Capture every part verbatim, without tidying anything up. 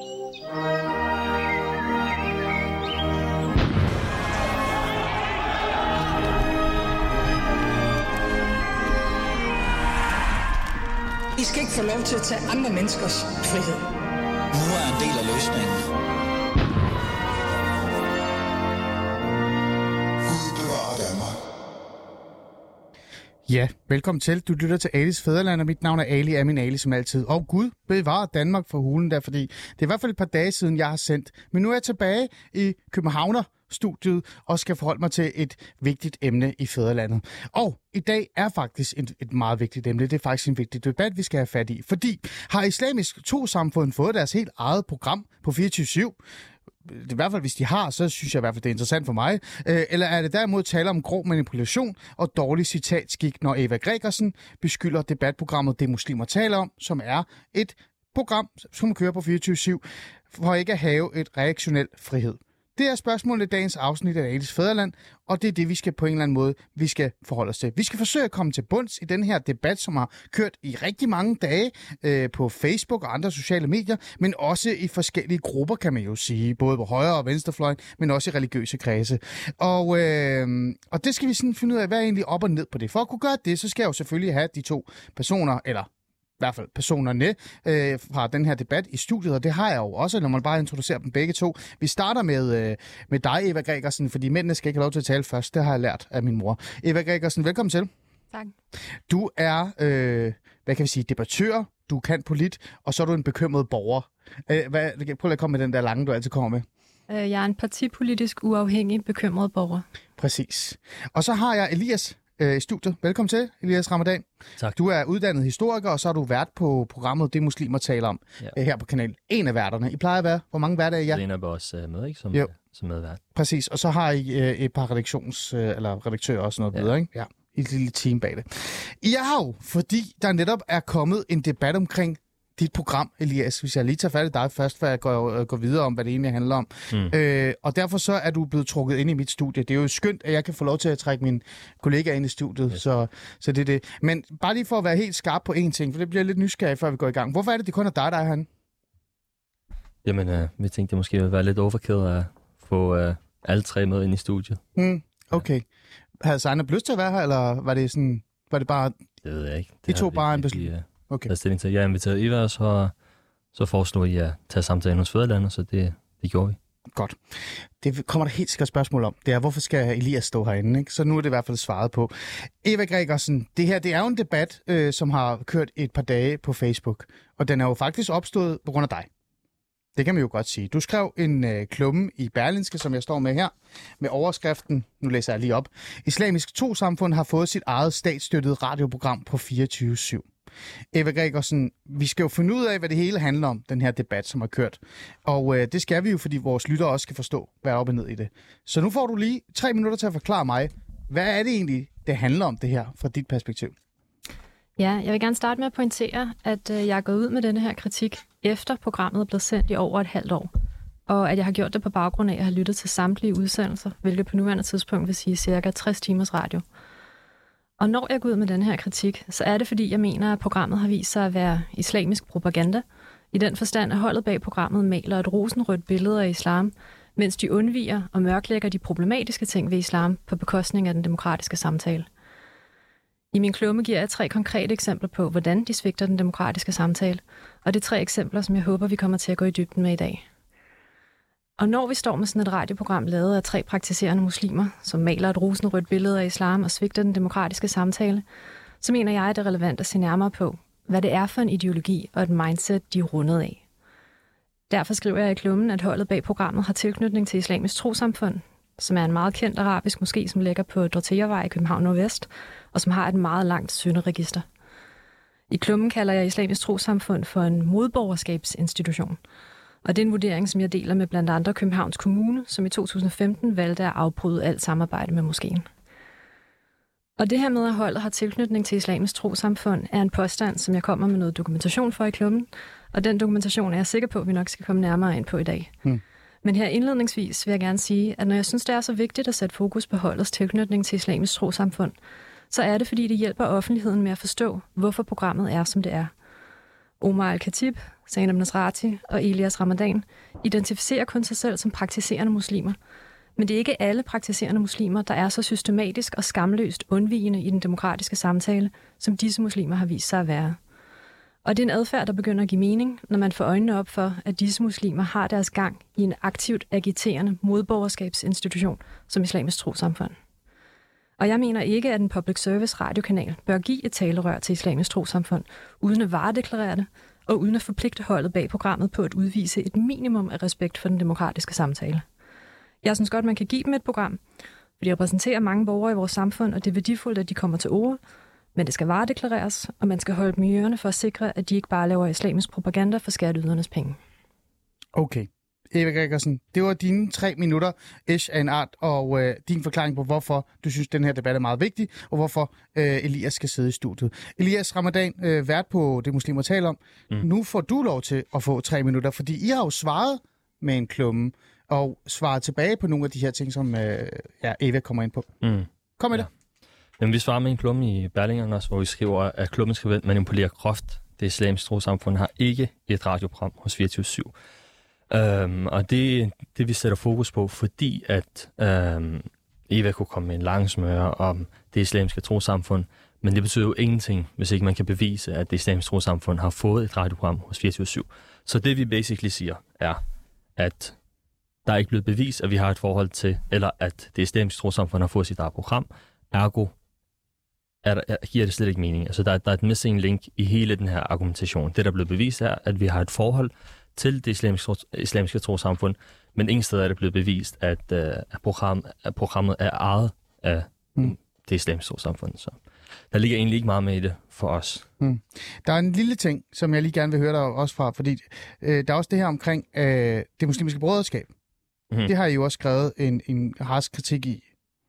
I skal ikke få lov til at tage andre menneskers frihed. Nu er en del af løsningen. Gud bevarer Danmark. Ja, velkommen til. Du lytter til Alis Fædreland, og mit navn er Ali, Amin Ali som altid. Og Gud bevarer Danmark for hulen der, fordi det er i hvert fald et par dage siden, jeg har sendt. Men nu er jeg tilbage i Københavner studiet og skal forholde mig til et vigtigt emne i Fædrelandet. Og i dag er faktisk et, et meget vigtigt emne. Det er faktisk en vigtig debat, vi skal have fat i. Fordi har Islamisk Trossamfund fået deres helt eget program på fireogtyve syv? I hvert fald, hvis de har, så synes jeg i hvert fald, det er interessant for mig. Øh, eller er det derimod tale om grov manipulation og dårlig citatskik, når Eva Gregersen beskylder debatprogrammet Det Muslimer taler om, som er et program, som kører på fireogtyve syv, for ikke at have et reaktionel frihed? Det er spørgsmålet i dagens afsnit af Alis Fædreland, og det er det, vi skal på en eller anden måde vi skal forholde os til. Vi skal forsøge at komme til bunds i den her debat, som har kørt i rigtig mange dage øh, på Facebook og andre sociale medier, men også i forskellige grupper, kan man jo sige, både på højre- og venstrefløjen, men også i religiøse kredse. Og, øh, og det skal vi sådan finde ud af, hvad er egentlig op og ned på det. For at kunne gøre det, så skal jeg jo selvfølgelig have de to personer, eller i hvert fald personerne øh, fra den her debat i studiet, og det har jeg jo også, når man bare introducerer dem begge to. Vi starter med, øh, med dig, Eva Gregersen, fordi mændene skal ikke have lov til at tale først. Det har jeg lært af min mor. Eva Gregersen, velkommen til. Tak. Du er, øh, hvad kan vi sige, debattør, du kan polit, og så er du en bekymret borger. Øh, hvad, prøv at komme med den der lange, du altid kommer med. Jeg er en partipolitisk uafhængig bekymret borger. Præcis. Og så har jeg Elias i studiet. Velkommen til, Elias Ramadan. Tak. Du er uddannet historiker, og så har du været på programmet Det Muslimer taler om, ja. her på kanal. En af værterne. I plejer at være, hvor mange værter er I? Ja? Lena er også med, ikke? Som, jo. som medvært. Præcis, og så har I øh, et par redaktions- øh, eller redaktører også noget ja. videre, ikke? Ja, i et lille team bag det. I er jo, fordi der netop er kommet en debat omkring dit program, Elias, hvis jeg lige tager fat i dig først, før jeg går, går videre om, hvad det egentlig handler om. Mm. Øh, og derfor så er du blevet trukket ind i mit studie. Det er jo skønt, at jeg kan få lov til at trække mine kollegaer ind i studiet, yes. så, så det er det. Men bare lige for at være helt skarp på én ting, for det bliver lidt nysgerrig, før vi går i gang. Hvorfor er det, det kun er dig, der er herinde? Jamen, øh, vi tænkte, det måske ville være lidt overkill at få øh, alle tre med ind i studiet. Mm, okay. Ja. Havde Sejne lyst til at være her, eller var det sådan, var det bare... Det ved jeg ikke. Det I tog bare en beslutning? Okay. Til. Jeg inviterede Eva, og så, så foreslog I at tage samtalen hos Fædrelandet, så det, det gjorde vi. Godt. Det kommer der helt sikkert spørgsmål om. Det er, hvorfor skal Elias stå herinde? Ikke? Så nu er det i hvert fald svaret på. Eva Gregersen, det her det er jo en debat, øh, som har kørt et par dage på Facebook, og den er jo faktisk opstået på grund af dig. Det kan man jo godt sige. Du skrev en øh, klumme i Berlingske, som jeg står med her, med overskriften, nu læser jeg lige op, Islamisk Trossamfund har fået sit eget statsstøttet radioprogram på fireogtyve syv. Eva Gregersen, vi skal jo finde ud af, hvad det hele handler om, den her debat, som har kørt. Og øh, det skal vi jo, fordi vores lyttere også skal forstå, hvad er op og ned i det. Så nu får du lige tre minutter til at forklare mig, hvad er det egentlig, det handler om det her, fra dit perspektiv? Ja, jeg vil gerne starte med at pointere, at øh, jeg er gået ud med denne her kritik, efter programmet er blevet sendt i over et halvt år. Og at jeg har gjort det på baggrund af, at jeg har lyttet til samtlige udsendelser, hvilket på nuværende tidspunkt vil sige cirka tres timers radio. Og når jeg går ud med denne her kritik, så er det fordi, jeg mener, at programmet har vist sig at være islamisk propaganda. I den forstand, at holdet bag programmet maler et rosenrødt billede af islam, mens de undviger og mørklægger de problematiske ting ved islam på bekostning af den demokratiske samtale. I min klumme giver jeg tre konkrete eksempler på, hvordan de svigter den demokratiske samtale, og det er tre eksempler, som jeg håber, vi kommer til at gå i dybden med i dag. Og når vi står med sådan et radioprogram lavet af tre praktiserende muslimer, som maler et rosenrødt billede af islam og svigter den demokratiske samtale, så mener jeg, at det er relevant at se nærmere på, hvad det er for en ideologi og et mindset, de er rundet af. Derfor skriver jeg i klummen, at holdet bag programmet har tilknytning til Islamisk Trossamfund, som er en meget kendt arabisk moské, som ligger på Dortheavej i København Nordvest, og som har et meget langt synderegister. I klummen kalder jeg Islamisk Trossamfund for en modborgerskabsinstitution. Og det er en vurdering, som jeg deler med blandt andre Københavns Kommune, som i to tusind og femten valgte at afbryde alt samarbejde med moskéen. Og det her med, at holdet har tilknytning til Islamisk Trossamfund, er en påstand, som jeg kommer med noget dokumentation for i klummen, og den dokumentation er jeg sikker på, at vi nok skal komme nærmere ind på i dag. Hmm. Men her indledningsvis vil jeg gerne sige, at når jeg synes, det er så vigtigt at sætte fokus på holdets tilknytning til Islamisk Trossamfund, så er det, fordi det hjælper offentligheden med at forstå, hvorfor programmet er, som det er. Omar al-Khatib, Zainab Nasrati og Elias Ramadan, identificerer kun sig selv som praktiserende muslimer. Men det er ikke alle praktiserende muslimer, der er så systematisk og skamløst undvigende i den demokratiske samtale, som disse muslimer har vist sig at være. Og det er en adfærd, der begynder at give mening, når man får øjnene op for, at disse muslimer har deres gang i en aktivt agiterende modborgerskabsinstitution som Islamisk Trossamfund. Og jeg mener ikke, at en public service radiokanal bør give et talerør til Islamisk Trossamfund, uden at varedeklarere det, og uden at forpligte holdet bag programmet på at udvise et minimum af respekt for den demokratiske samtale. Jeg synes godt, man kan give dem et program, for de repræsenterer mange borgere i vores samfund, og det er værdifuldt, at de kommer til ord, men det skal varedeklareres, og man skal holde dem i ørerne for at sikre, at de ikke bare laver islamisk propaganda for skatteydernes penge. Okay. Eva Gregersen, det var dine tre minutter ish af en art, og øh, din forklaring på, hvorfor du synes, den her debat er meget vigtig, og hvorfor øh, Elias skal sidde i studiet. Elias Ramadan, øh, vært på Det Muslimer taler om. Mm. Nu får du lov til at få tre minutter, fordi I har jo svaret med en klumme, og svaret tilbage på nogle af de her ting, som øh, ja, Eva kommer ind på. Mm. Kom med ja. det. Jamen, vi svarer med en klumme i Berlingeren også, hvor vi skriver, at klummen skal manipulere groft. Det Islamiske Trossamfund har ikke et radioprogram hos fireogtyve syv. Um, og det det, vi sætter fokus på, fordi at um, Eva kunne komme med en lang smøre om det Islamiske Trossamfund, men det betyder jo ingenting, hvis ikke man kan bevise, at det Islamiske Trossamfund har fået et radioprogram hos fireogtyve syv. Så det vi basically siger, er, at der er ikke blevet bevist, at vi har et forhold til, eller at det Islamiske Trossamfund har fået sit eget program, ergo er der, er, giver det slet ikke mening. Altså der, der er et missing link i hele den her argumentation. Det, der er blevet bevist, er, at vi har et forhold til det islamiske, islamiske trossamfund, men ingen steder er det blevet bevist, at, uh, at, program, at programmet er ejet af mm. det islamiske trossamfund. Så der ligger egentlig ikke meget med i det for os. Mm. Der er en lille ting, som jeg lige gerne vil høre dig også fra, fordi øh, der er også det her omkring øh, det muslimske broderskab. Mm. Det har I jo også skrevet en, en harsk kritik i.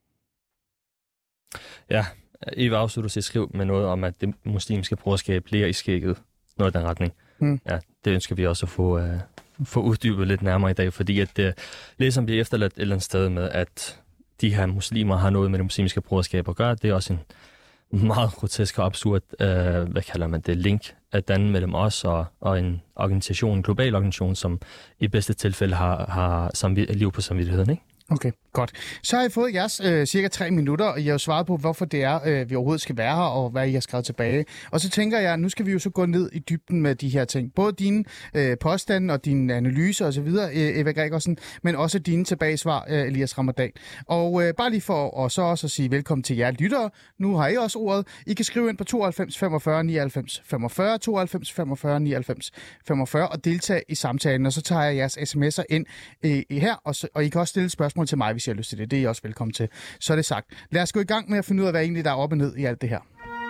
Ja, Eva afslutter sit skriv med noget om, at det muslimske broderskab ligger i skægget. Noget i den retning. Mm. Ja, det ønsker vi også at få, uh, få uddybet lidt nærmere i dag, fordi at det ligesom bliver efterladt et eller andet sted med, at de her muslimer har noget med det muslimske broderskab at gøre. Det er også en meget grotesk og absurd, uh, hvad kalder man det, link at danne mellem os og, og en organisation, en global organisation, som i bedste tilfælde har, har samvid- liv på samvittigheden, ikke? Okay, godt. Så har I fået jeres øh, cirka tre minutter, og I har jo svaret på, hvorfor det er, øh, vi overhovedet skal være her, og hvad I har skrevet tilbage. Og så tænker jeg, nu skal vi jo så gå ned i dybden med de her ting. Både dine øh, påstande og dine analyser osv., øh, Eva Gregersen, men også dine tilbagesvar, øh, Elias Ramadan. Og øh, bare lige for og så også at sige velkommen til jer lyttere. Nu har I også ordet. I kan skrive ind på tooghalvfems femogfyrre nioghalvfems femogfyrre, tooghalvfems femogfyrre nioghalvfems femogfyrre og deltage i samtalen, og så tager jeg jeres sms'er ind øh, her, og, så, og I kan også stille spørgsmål til mig, hvis jeg har lyst til det. Det er I også velkommen til. Så er det sagt. Lad os gå i gang med at finde ud af, hvad egentlig der er op og ned i alt det her.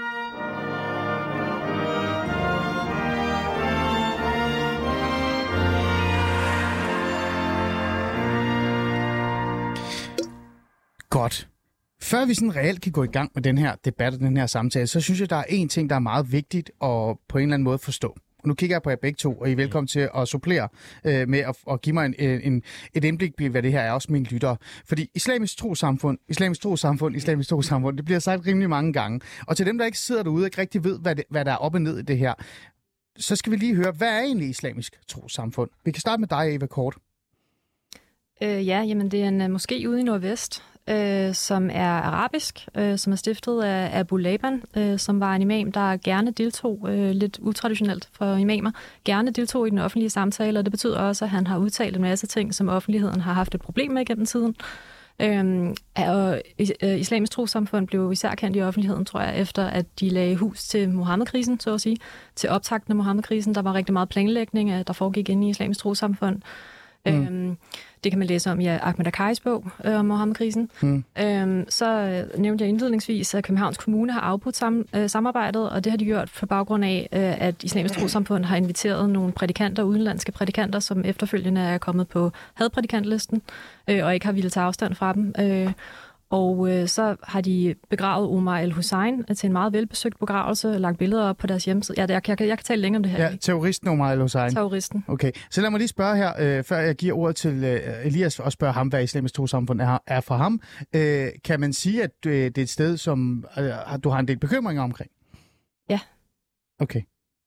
Godt. Før vi sådan reelt kan gå i gang med den her debat og den her samtale, så synes jeg, der er en ting, der er meget vigtigt at på en eller anden måde forstå. Nu kigger jeg på jer begge to, og I er velkommen til at supplere øh, med at, at give mig en, en, et indblik i, hvad det her er, også mine lyttere. Fordi islamisk trossamfund, islamisk trossamfund, islamisk trossamfund, det bliver sagt rimelig mange gange. Og til dem, der ikke sidder derude og ikke rigtig ved, hvad, det, hvad der er op og ned i det her, så skal vi lige høre, hvad er egentlig islamisk trossamfund? Vi kan starte med dig, Eva, kort. Øh, ja, jamen det er en uh, moské ude i Nordvest, øh, som er arabisk, øh, som er stiftet af Abu Laban, øh, som var en imam, der gerne deltog, øh, lidt utraditionelt for imamer, gerne deltog i den offentlige samtale, og det betyder også, at han har udtalt en masse ting, som offentligheden har haft et problem med gennem tiden. Øhm, og Islamisk Trossamfund blev især kendt i offentligheden, tror jeg, efter at de lagde hus til Mohammed-krisen, så at sige, til optakten af Mohammed-krisen. Der var rigtig meget planlægning, der foregik inde i Islamisk Trossamfund. Mm. Øhm, det kan man læse om i Ahmed Akkari's bog øh, om Mohammed-krisen. Mm. Øhm, så øh, nævnte jeg indledningsvis, at Københavns Kommune har afbrudt sam, øh, samarbejdet, og det har de gjort på baggrund af, øh, at Islamisk Trossamfund har inviteret nogle prædikanter, udenlandske prædikanter, som efterfølgende er kommet på hadprædikantlisten, øh, og ikke har ville tage afstand fra dem. Øh, Og øh, så har de begravet Omar el-Hussein til en meget velbesøgt begravelse, lagt billeder op på deres hjemmeside. Ja, jeg, jeg, jeg kan tale længe om det her. Ja, terroristen Omar el-Hussein. Terroristen. Okay, så lad mig lige spørge her, øh, før jeg giver ordet til øh, Elias, og spørge ham, hvad Islamisk Trossamfund er, er for ham. Øh, kan man sige, at øh, det er et sted, som øh, du har en del bekymringer omkring? Ja. Okay,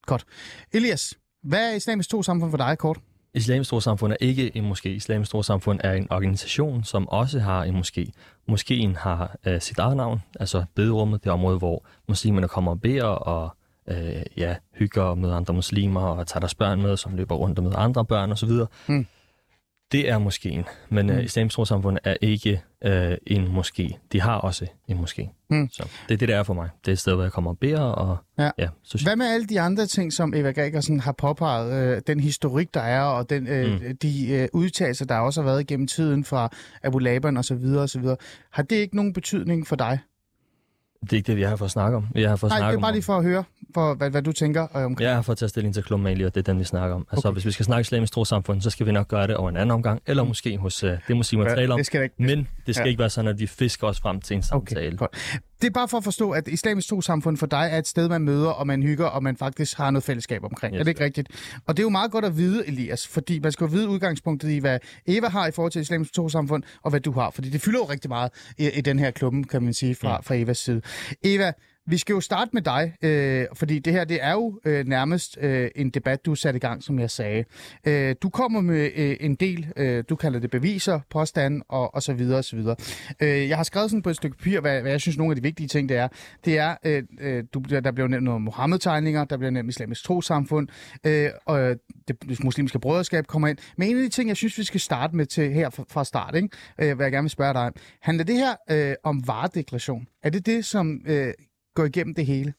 Godt. Elias, hvad er Islamisk Trossamfund for dig, kort? Islamisk Trossamfund er ikke en moské. Islamisk Trossamfund er en organisation, som også har en moské. Moskéen har øh, sit eget navn, altså bederummet, det område, hvor muslimerne kommer og beder og øh, ja, hygger med andre muslimer og tager deres børn med, som løber rundt med andre børn osv. Mm. Det er moskéen, men øh, Islamisk Trossamfund er ikke øh, en moské. De har også en moské. Mm. Så det er det, der er for mig. Det er et sted, hvor jeg kommer og beder. Og, ja. Ja, så... Hvad med alle de andre ting, som Eva Gregersen har påpeget? Øh, den historik, der er, og den, øh, mm. de øh, udtalelser, der også har været gennem tiden fra Abu Laban osv. osv. Har det ikke nogen betydning for dig? Det er ikke det, vi har for at snakke om. Vi har for at Nej, snakke det er bare lige for at høre, for, hvad, hvad du tænker omkring. Jeg har fået taget stilling til klubben Mali, og det er den, vi snakker om. Altså, okay. Hvis vi skal snakke Islamisk Trossamfund, så skal vi nok gøre det over en anden omgang, eller mm. måske hos uh, det muslimer ja, taler om. Det skal ikke. Men det skal ja. ikke være sådan, at vi fisker os frem til en samtale. Okay, godt. Det er bare for at forstå, at Islamisk Trossamfund for dig er et sted, man møder, og man hygger, og man faktisk har noget fællesskab omkring. Yes. Er det ikke rigtigt? Og det er jo meget godt at vide, Elias, fordi man skal jo vide udgangspunktet i, hvad Eva har i forhold til Islamisk Trossamfund, og hvad du har. Fordi det fylder jo rigtig meget i, i den her klubben, kan man sige, fra, fra Evas side. Eva, vi skal jo starte med dig, øh, fordi det her det er jo øh, nærmest øh, en debat, du satte i gang, som jeg sagde. Øh, du kommer med øh, en del, øh, du kalder det beviser, påstande og, og så videre og så videre. Øh, jeg har skrevet sådan på et stykke papir, hvad, hvad jeg synes nogle af de vigtige ting det er. Det er, øh, øh, du, der bliver nævnt noget Mohammed-tegninger, der bliver nævnt Islamisk Trossamfund, øh, og det muslimske brøderskab kommer ind. Men en af de ting, jeg synes, vi skal starte med til her fra, fra start, ikke? Øh, hvad jeg gerne vil spørge dig om. Handler det her øh, om varedeklaration? Er det det, som øh, går igennem det hele?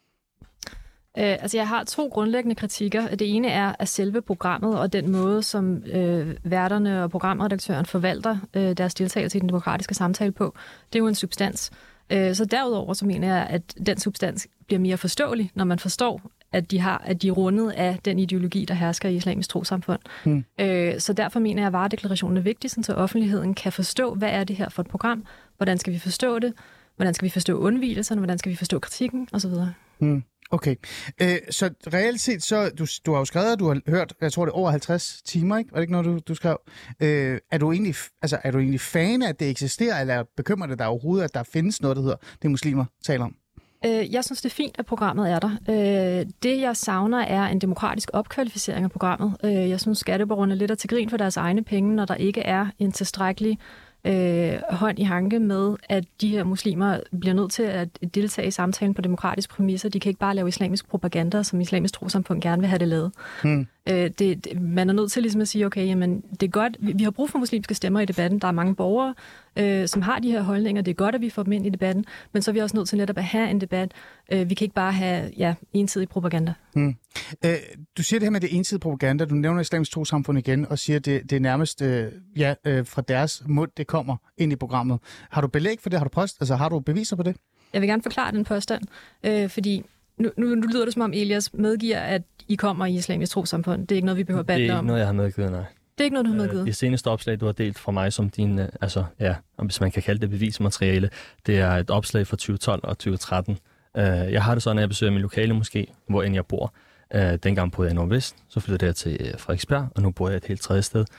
Øh, altså, jeg har to grundlæggende kritikker. Det ene er af selve programmet og den måde, som øh, værterne og programredaktøren forvalter øh, deres deltagelse i den demokratiske samtale på. Det er jo en substans. Øh, så derudover så mener jeg, at den substans bliver mere forståelig, når man forstår, at de, har, at de er rundet af den ideologi, der hersker i Islamisk Trossamfund. Hmm. Øh, så derfor mener jeg, at varedeklarationen er vigtig, så offentligheden kan forstå, hvad er det her for et program, hvordan skal vi forstå det, hvordan skal vi forstå undvigelserne, hvordan skal vi forstå kritikken, osv. Hmm. Okay. Øh, så reelt set, så du, du har jo skrevet, du har hørt, jeg tror det er over halvtreds timer, ikke? Var det ikke noget, du, du skrev? Øh, er, du egentlig, altså, er du egentlig fan af, at det eksisterer, eller bekymrer det dig overhovedet, at der findes noget, der hedder det muslimer taler om? Øh, jeg synes, det er fint, at programmet er der. Øh, det, jeg savner, er en demokratisk opkvalificering af programmet. Øh, jeg synes, skatteborgerne lidt er til grin for deres egne penge, når der ikke er en tilstrækkelig øh, hånd i hanke med, at de her muslimer bliver nødt til at deltage i samtalen på demokratiske præmisser. De kan ikke bare lave islamisk propaganda, som Islamisk Trossamfund gerne vil have det lavet. Hmm. Øh, det, det, man er nødt til ligesom at sige, okay, jamen, det er godt, vi, vi har brug for muslimske stemmer i debatten. Der er mange borgere, øh, som har de her holdninger. Det er godt, at vi får dem ind i debatten, men så er vi også nødt til netop at have en debat. Øh, vi kan ikke bare have ja, ensidig propaganda. Hmm. Øh, du siger det her med det ensidige propaganda. Du nævner Islamisk Trossamfund igen og siger, at det, det er nærmest øh, ja, øh, fra deres mund, det kommer ind i programmet. Har du belæg for det? Har du post? Altså, har du beviser på det? Jeg vil gerne forklare den påstand, øh, fordi nu, nu, nu lyder det som om Elias medgiver, at I kommer i Islamisk Trossamfund. Det er ikke noget, vi behøver at battle om. Det er ikke noget, jeg har medgivet, nej. Det er ikke noget, du har medgivet? Det seneste opslag, du har delt fra mig som din, altså ja, hvis man kan kalde det bevismateriale, det er et opslag fra tyve tolv og tyve tretten. Jeg har det sådan, at jeg besøger min lokale moské, hvor end jeg bor. Dengang boede jeg i Nordvest, så flyttede jeg til Frederiksberg, og nu bor jeg et helt tredje sted.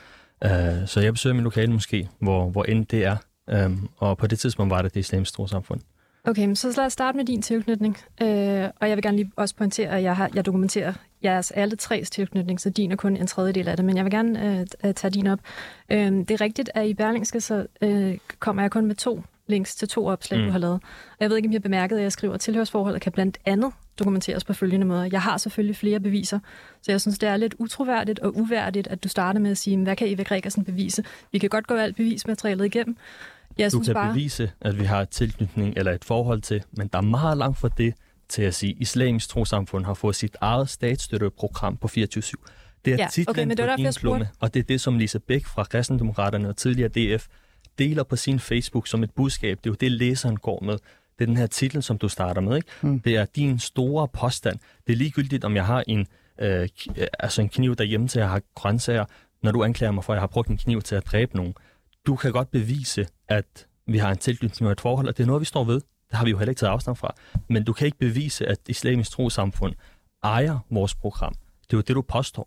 Så jeg besøger min lokale moské, hvor, hvor end det er. Og på det tidspunkt var det det Islamiske Trossamfund. Okay, så lad os starte med din tilknytning. Øh, og jeg vil gerne lige også pointere, at jeg, har, jeg dokumenterer jeres alle tres tilknytning, så din er kun en tredjedel af det, men jeg vil gerne øh, tage din op. Øh, det er rigtigt, at i Berlingske, så øh, kommer jeg kun med to links til to opslag, mm. du har lavet. Og jeg ved ikke, om I har bemærket, at jeg skriver, at tilhørsforholdet kan blandt andet dokumenteres på følgende måde. Jeg har selvfølgelig flere beviser, så jeg synes, det er lidt utroværdigt og uværdigt, at du starter med at sige, hvad kan Eva Gregersen bevise? Vi kan godt gå alt bevismaterialet igennem. Jeg du synes kan bare... bevise, at vi har et tilknytning eller et forhold til, men der er meget langt fra det til at sige, at Islamisk Trossamfund har fået sit eget statsstøtteprogram på fireogtyve syv. Det er ja, titlen okay, på din klumme, og det er det, som Lise Bæk fra Kristendemokraterne og tidligere D F deler på sin Facebook som et budskab. Det er jo det, læseren går med. Det er den her titel, som du starter med, ikke? Mm. Det er din store påstand. Det er ligegyldigt, om jeg har en, øh, altså en kniv derhjemme til at have grøntsager, når du anklager mig for, at jeg har brugt en kniv til at dræbe nogen. Du kan godt bevise, at vi har en tilknytning og et forhold, og det er noget, vi står ved. Det har vi jo heller ikke taget afstand fra. Men du kan ikke bevise, at Islamisk Trossamfund ejer vores program. Det er jo det, du påstår.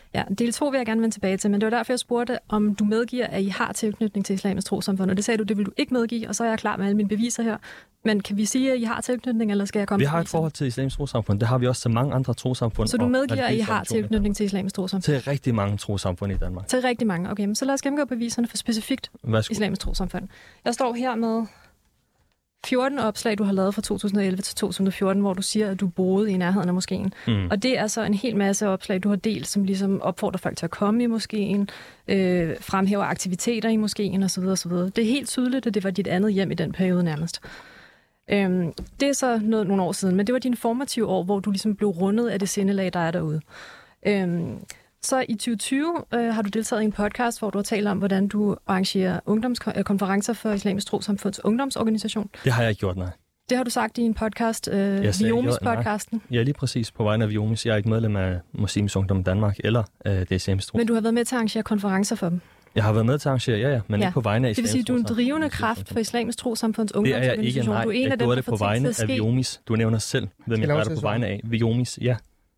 Ja, del to vil jeg gerne vende tilbage til, men det var derfor, jeg spurgte, om du medgiver, at I har tilknytning til Islamisk Trossamfund, og det sagde du, det vil du ikke medgive, og så er jeg klar med alle mine beviser her. Men kan vi sige, at I har tilknytning, eller skal jeg komme Vi til har et forhold til Islamisk Trossamfund. Det har vi også til mange andre trossamfund. Så du medgiver, at I har tilknytning til Islamisk Trossamfund? Til rigtig mange trossamfund i Danmark. Til rigtig mange. Okay, men så lad os gennemgå beviserne for specifikt Værsgo. Islamisk Trossamfund. Jeg står her med fjorten opslag, du har lavet fra to tusind og elleve til to tusind og fjorten, hvor du siger, at du boede i nærheden af moskeen. Mm. Og det er så en hel masse opslag, du har delt, som ligesom opfordrer folk til at komme i moskeen, øh, fremhæver aktiviteter i moskeen osv. osv. Det er helt tydeligt, at det var dit andet hjem i den periode nærmest. Øhm, det er så noget, nogle år siden, men det var dine formative år, hvor du ligesom blev rundet af det sindelag, der er derude. Øhm, så i tyve tyve øh, har du deltaget i en podcast, hvor du har talt om, hvordan du arrangerer ungdomskonferencer for Islamisk Trossamfunds ungdomsorganisation. Det har jeg ikke gjort, nej. Det har du sagt i en podcast, øh, Viomis-podcasten. Ja, lige præcis på vegne af Viomis. Jeg er ikke medlem af Muslimsk Ungdom Danmark eller øh, det Islamisk Trossamfund. Men du har været med til at arrangere konferencer for dem? Jeg har været med til at arrangere, ja, ja, men ja. ikke på vegne af Islamisk Trossamfund. Det vil sige, du er en drivende kraft for Islamisk Trossamfunds ungdomsorganisation. Det er jeg ikke, nej. Du er en jeg af dem, gjorde det på vegne af Viomis. Du nævner selv, hvem jeg gør det på vegne af. Viomis, ja.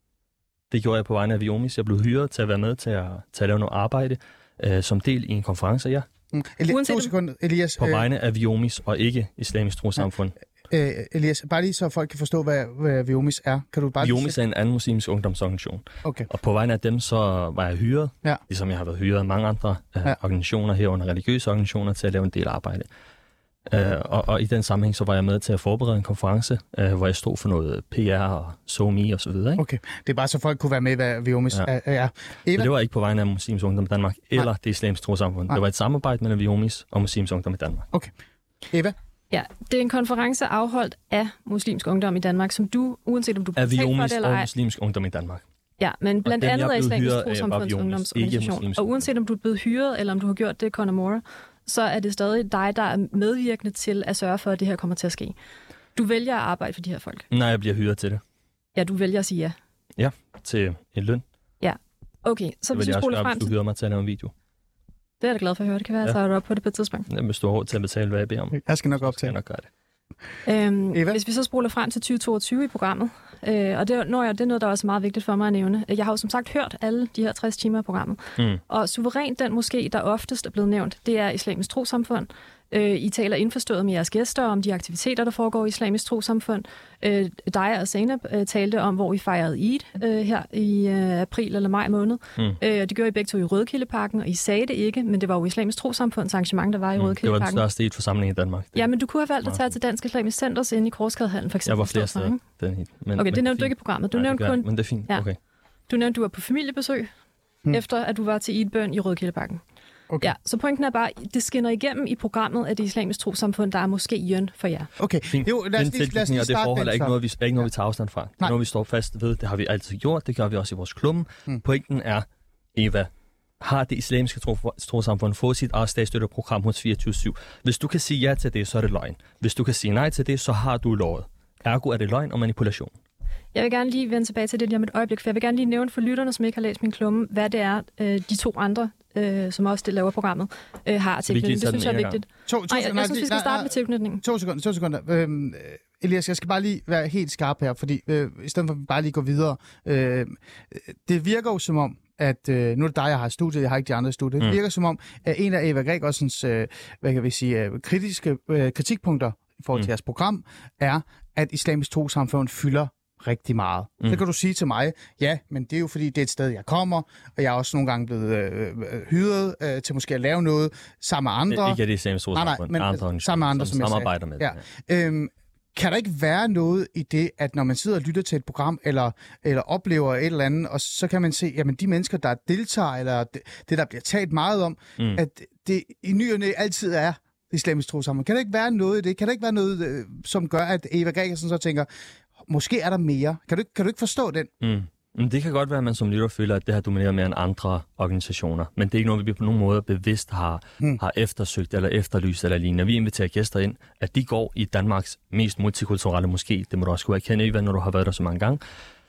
Det gjorde jeg på vegne af Viomis. Jeg blev hyret til at være med til at, til at lave noget arbejde øh, som del i en konference, ja. Mm. Eli- to sekunder, Elias. På vegne af Viomis og ikke Islamisk Trossamfund. Ja. Øh, Elias, bare lige så folk kan forstå, hvad, hvad Viomis er. Kan du bare Viomis er en anden muslimsk ungdomsorganisation. Okay. Og på vegne af dem, så var jeg hyret, ja. ligesom jeg har været hyret af mange andre øh, ja. organisationer herunder religiøse organisationer til at lave en del arbejde. Uh, og, og i den sammenhæng, så var jeg med til at forberede en konference, uh, hvor jeg stod for noget P R og SoMe og så videre. Ikke? Okay, det er bare så folk kunne være med, hvad Viomis ja. er. er. Eva? Det var ikke på vegne af Muslimsk Ungdom i Danmark eller Nej. det Islamiske Trossamfund. Det var et samarbejde mellem Viomis og Muslimsk Ungdom i Danmark. Okay. Eva? Ja, det er en konference afholdt af Muslimsk Ungdom i Danmark, som du, uanset om du betaler for det eller ej... Af Muslimsk Ungdom i Danmark. Ja, men blandt andet af Islamisk Trossamfunds ungdomsorganisation. Og uanset om du er blevet hyret, eller om du har gjort det, Conor, så er det stadig dig, der er medvirkende til at sørge for, at det her kommer til at ske. Du vælger at arbejde for de her folk. Nej, jeg bliver hyret til det. Ja, du vælger at sige ja. Ja, til en løn. Ja, okay. Så hvis vi spoler frem til... Du hyrer mig til at lave en video. Det er jeg da glad for at høre. Det kan være, at jeg tager det op på det på et tidspunkt. Ja, hvis du har råd til at betale, hvad jeg beder om. Jeg skal nok op til. Jeg nok gøre det. Øhm, hvis vi så spoler frem til tyve toogtyve i programmet, øh, og det, når jeg, det er noget, der er også meget vigtigt for mig at nævne. Jeg har jo som sagt hørt alle de her tres timer af programmet, mm. og suverænt den måske, der oftest er blevet nævnt, det er Islamisk Trossamfund. Øh, I taler indforstået med jeres gæster om de aktiviteter, der foregår i Islamisk Trossamfund. Øh, dig og Zainab øh, talte om, hvor I fejrede Eid øh, her i øh, april eller maj måned. Mm. Øh, det gjorde I begge to i Rødkildeparken, og I sagde det ikke, men det var jo Islamisk Trossamfunds arrangement, der var i mm. Rødkildeparken. Det var den største Eid-forsamling i Danmark. Det... Ja, men du kunne have valgt at tage til Dansk Islamisk Center inde i Korskadehallen, for eksempel. Jeg var flere steder. Den men, okay, men det nævnte du ikke i programmet. Du Nej, nævnte kun... Men det er fint, ja. okay. Du nævnte, du var på familiebesøg, mm. efter at du var til Eid-bøn i Rødkildeparken. Okay. Ja, så pointen er bare, det skinner igennem i programmet af det Islamiske Trossamfund, der er måske jøn for jer. Okay, Fint. jo, lad os lige, lad os lige og det forhold er ikke noget, vi, er ikke noget, vi tager afstand fra. Det er noget, vi står fast ved. Det har vi altid gjort. Det gør vi også i vores klumme. Mm. Pointen er, Eva, har det Islamiske Trossamfund fået sit eget statsstøtteprogram hos fireogtyve syv? Hvis du kan sige ja til det, så er det løgn. Hvis du kan sige nej til det, så har du lovet. Ergo er det løgn og manipulation. Jeg vil gerne lige vende tilbage til det lige om et øjeblik, for jeg vil gerne lige nævne for lytterne, som ikke har læst min klumme, hvad det er, øh, de to andre, øh, som også det laver programmet, øh, har tilknytning. Det synes jeg er vigtigt. To, to, nej, jeg, jeg synes, vi skal starte med tilknytningen. To sekunder. To sekunder. Øhm, Elias, jeg skal bare lige være helt skarp her, fordi øh, i stedet for at vi bare lige går videre. Øh, det virker jo som om, at øh, nu er det dig, jeg har studiet, jeg har ikke de andre i studiet. Mm. Det virker som om, at en af Eva Gregersens, øh, hvad kan vi sige, øh, kritiske øh, kritikpunkter i forhold til mm. jeres program, er, at Islamisk Trossamfund fylder rigtig meget. Mm. Så kan du sige til mig, ja, men det er jo fordi, det er et sted, jeg kommer, og jeg er også nogle gange blevet øh, hyret øh, til måske at lave noget sammen med andre. Ikke er det Islamisk Trossamfund, men andre sammen med andre, som, som samarbejder med. Ja. Øhm, kan der ikke være noget i det, at når man sidder og lytter til et program, eller, eller oplever et eller andet, og så kan man se, jamen de mennesker, der deltager, eller det, det der bliver talt meget om, mm. at det i ny og næ altid er Islamisk Trossamfund. Kan der ikke være noget i det? Kan der ikke være noget, øh, som gør, at Eva Gregersen så tænker, måske er der mere? Kan du, kan du ikke forstå den? Mm. Det kan godt være, at man som lytter føler, at det har domineret mere end andre organisationer. Men det er ikke noget, vi på nogen måde bevidst har, mm. har eftersøgt eller efterlyst eller lignende. Vi inviterer gæster ind, at de går i Danmarks mest multikulturelle moské. Det må du også kunne erkende, Eva, når du har været der så mange gange.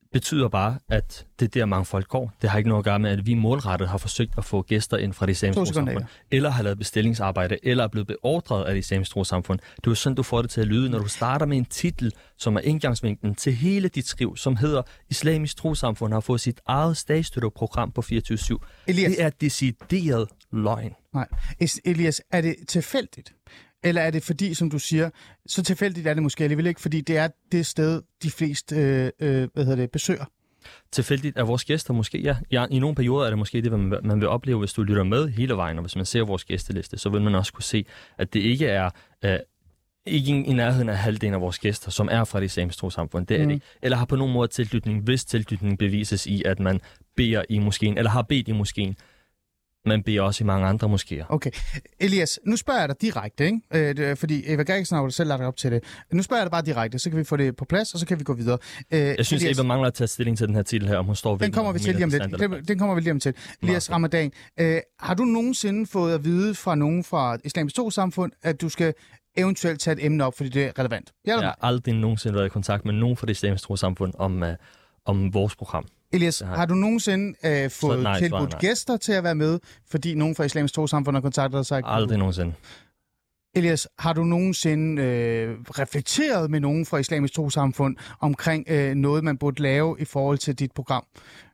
betyder bare, at det er der, mange folk går. Det har ikke noget at gøre med, at vi målrettet har forsøgt at få gæster ind fra det islamiske trossamfund, eller har lavet bestillingsarbejde, eller er blevet beordret af det islamiske trossamfund. Det er jo sådan, du får det til at lyde, når du starter med en titel, som er indgangsvinklen til hele dit skriv, som hedder Islamisk Trossamfund har fået sit eget statsstøtteprogram på fireogtyve syv. Det er decideret løgn. Nej. Elias, er det tilfældigt? Eller er det fordi, som du siger, så tilfældigt er det måske alligevel ikke, fordi det er det sted, de fleste øh, øh, hvad hedder det, besøger? Tilfældigt er vores gæster måske, ja. ja. I nogle perioder er det måske det, man, man vil opleve, hvis du lytter med hele vejen, og hvis man ser vores gæsteliste, så vil man også kunne se, at det ikke er øh, ikke i nærheden af halvdelen af vores gæster, som er fra det islamiske trossamfund. Det er mm. det ikke. Eller har på nogen måde tilknytning, hvis tilknytning bevises i, at man beder i moskeen, eller har bedt i moskeen. Man beder også i mange andre moskéer. Okay. Elias, nu spørger jeg dig direkte, ikke? Øh, det, fordi Eva Gregersen har selv lagt op til det. Nu spørger jeg dig bare direkte, så kan vi få det på plads, og så kan vi gå videre. Øh, jeg synes, Elias, Eva mangler at tage stilling til den her titel her, om hun står ved. Den kommer vi til lige om lidt. Den, den kommer vi lige om til. Elias Ramadan, øh, har du nogensinde fået at vide fra nogen fra Islamisk Trossamfund, at du skal eventuelt tage et emne op, fordi det er relevant? Jeg har aldrig nogensinde været i kontakt med nogen fra det Islamiske Trossamfund om, uh, om vores program. Elias, har, har du nogensinde øh, fået nej, tilbudt nej. gæster til at være med, fordi nogen fra Islamisk Trossamfund har kontaktet dig? Aldrig nogensinde. Elias, har du nogensinde øh, reflekteret med nogen fra Islamisk Trossamfund omkring øh, noget, man burde lave i forhold til dit program?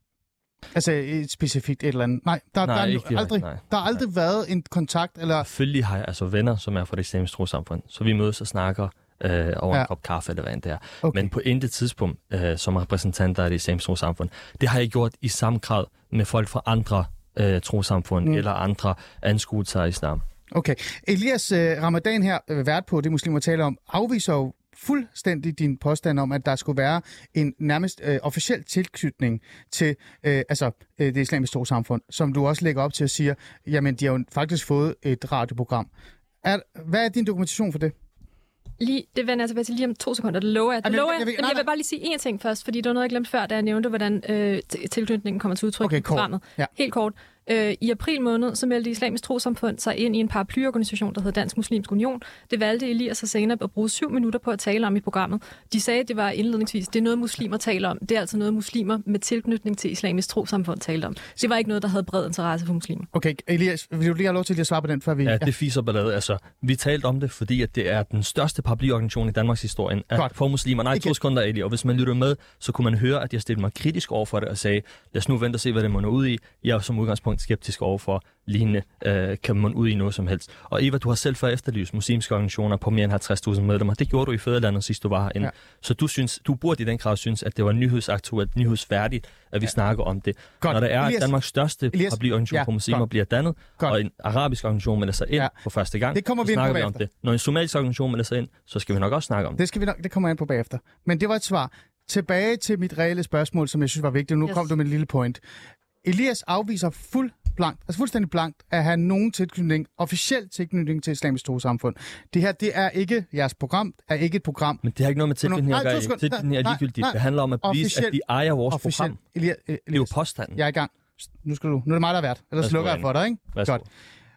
Altså et specifikt et eller andet? Nej, der, nej, der, ikke er aldrig, nej. der har aldrig nej. været en kontakt? Eller... Selvfølgelig har jeg altså venner, som er fra det Islamiske Trossamfund, så vi mødes og snakker Øh, over ja. en kop kaffe eller hvad end det er. Okay. Men på intet tidspunkt øh, som repræsentanter af det islamiske trossamfund. Det har jeg gjort i samme grad med folk fra andre øh, trossamfund mm. eller andre anskuelser af islam. Okay. Elias øh, Ramadan her, øh, vært på det muslimer taler om, afviser jo fuldstændig din påstand om, at der skulle være en nærmest øh, officiel tilknytning til øh, altså, øh, det islamiske trossamfund, som du også lægger op til at sige, jamen de har jo faktisk fået et radioprogram. Er, hvad er din dokumentation for det? Lige, det vender jeg tilbage til lige om to sekunder. Det lover jeg. Det lover jeg. Jeg vil, nej, jeg vil bare lige sige én ting først, fordi det var noget, jeg glemte før, da jeg nævnte, hvordan øh, tilknytningen kommer til udtryk okay, i programmet. Ja. Helt kort. Øh, I april måned, så meldte Islamisk Trossamfund sig ind i en paraplyorganisation, der hedder Dansk Muslimsk Union. Det valgte Elias og Zainab at bruge syv minutter på at tale om i programmet. De sagde, at det var indledningsvis, det er noget, muslimer taler om. Det er altså noget, muslimer med tilknytning til Islamisk Trossamfund talte om. Det var ikke noget, der havde bred interesse for muslimer. Okay, Elias, vil du lige have lov til at svare på den, før vi... Ja, det fiser ballade. Altså, vi talte om det, fordi at det er den største paraplyorganisation i Danmarks historie for muslimer. Nej, to sekunder, Eli. Og hvis man lytter med, så kunne man høre, at jeg stillede mig kritisk over for det og sagde, lad os nu vente og se, hvad det må nå ud i. Jeg er som udgangspunkt skeptisk over for lignende øh, kan man ud i noget som helst. Og Eva, du har selv før efterlyst muslimske organisationer på mere end halvtreds tusind medlemmer. Det gjorde du i Fædrelandet sidst du var herinde. Ja. Så du synes, du burde i den grad synes, at det var nyhedsaktuelt, nyhedsfærdigt, at vi ja. snakker om det. Godt. Når der er, at Danmarks største paraplyorganisation ja, for muslimer godt. bliver dannet, godt. og en arabisk organisation melder sig ind ja. for første gang, det kommer så vi snakker vi om det. Når en somalisk organisation melder sig ind, så skal vi nok også snakke om det. Det, skal vi nok, det kommer jeg ind på bagefter. Men det var et svar. Tilbage til mit reelle spørgsmål, som jeg synes var vigtigt. Nu yes. kom du med en lille point. Elias afviser fuld blankt, altså fuldstændig blankt, at have nogen tilknytning, officiel tilknytning til Islamisk Trossamfund. Det her, det er ikke jeres program, er ikke et program. Men det har ikke noget med tilknytning at gøre. Tilknytning er ligegyldigt. Det handler om at vise, at de ejer vores program. Elias, Elias, det er jo påstanden. Jeg er i gang. Nu skal du. Nu er det mig, der er vært. Ellers slukker jeg for dig, ikke? Værsgo. Godt.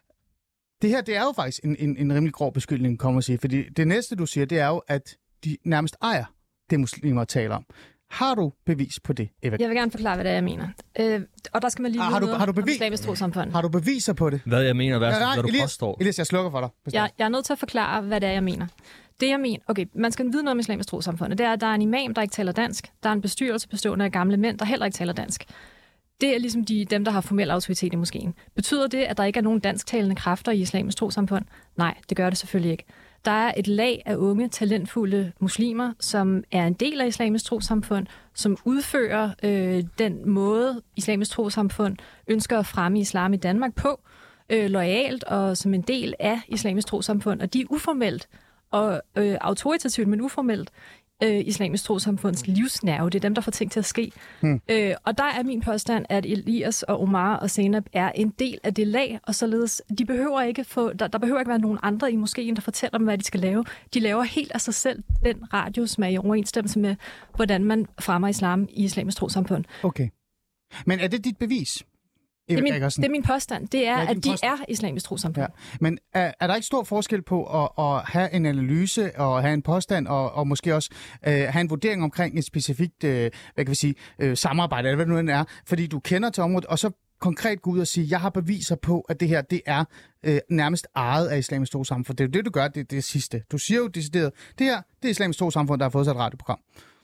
Det her, det er jo faktisk en, en, en rimelig grov beskyldning, kommer at sige. Fordi det næste, du siger, det er jo, at de nærmest ejer det, muslimer taler om. Har du bevis på det, Eva? Jeg vil gerne forklare, hvad det er, jeg mener. Øh, og der skal man lige ah, har du, har du bevis? Islamisk Trossamfund. Har du beviser på det? Hvad jeg mener, hvad, ja, nej, hvad du Elias, påstår? Elias, jeg slukker for dig. Jeg, jeg er nødt til at forklare, hvad det er, jeg mener. Det, jeg mener... Okay, man skal vide noget om Islamisk Trossamfund. Det er, at der er en imam, der ikke taler dansk. Der er en bestyrelse bestående af gamle mænd, der heller ikke taler dansk. Det er ligesom de, dem, der har formel autoritet i moskeen. Betyder det, at der ikke er nogen dansktalende kræfter i Islamisk Trossamfund? Nej, det gør det selvfølgelig ikke. Der er et lag af unge, talentfulde muslimer, som er en del af Islamisk Trossamfund, som udfører øh, den måde, Islamisk Trossamfund ønsker at fremme islam i Danmark på, øh, loyalt og som en del af Islamisk Trossamfund. Og de er uformelt og øh, autoritativt, men uformelt, øh, Islamisk Trossamfunds livsnerve. Det er dem, der får ting til at ske. Hmm. Øh, og der er min påstand, at Elias og Omar og Zainab er en del af det lag, og således, de behøver ikke få, der, der behøver ikke være nogen andre i moskeen, der fortæller dem, hvad de skal lave. De laver helt af sig selv den radio, som er i overensstemmelse med, hvordan man fremmer islam i Islamisk Trossamfund. Okay. Men er det dit bevis? Det er, min, det er min påstand. Det er, ja, at de påstand. er islamisk trossamfund. Ja. Men er, er der ikke stor forskel på at, at have en analyse og have en påstand og, og måske også øh, have en vurdering omkring et specifikt øh, hvad kan vi sige, øh, samarbejde, eller hvad det nu er, fordi du kender til området, og så konkret gå ud og sige, jeg har beviser på, at det her det er øh, nærmest ejet af islamisk trossamfund. Det er jo det, du gør, det, det sidste. Du siger jo decideret, det her det er islamisk trossamfund, der har fået sig et radioprogram.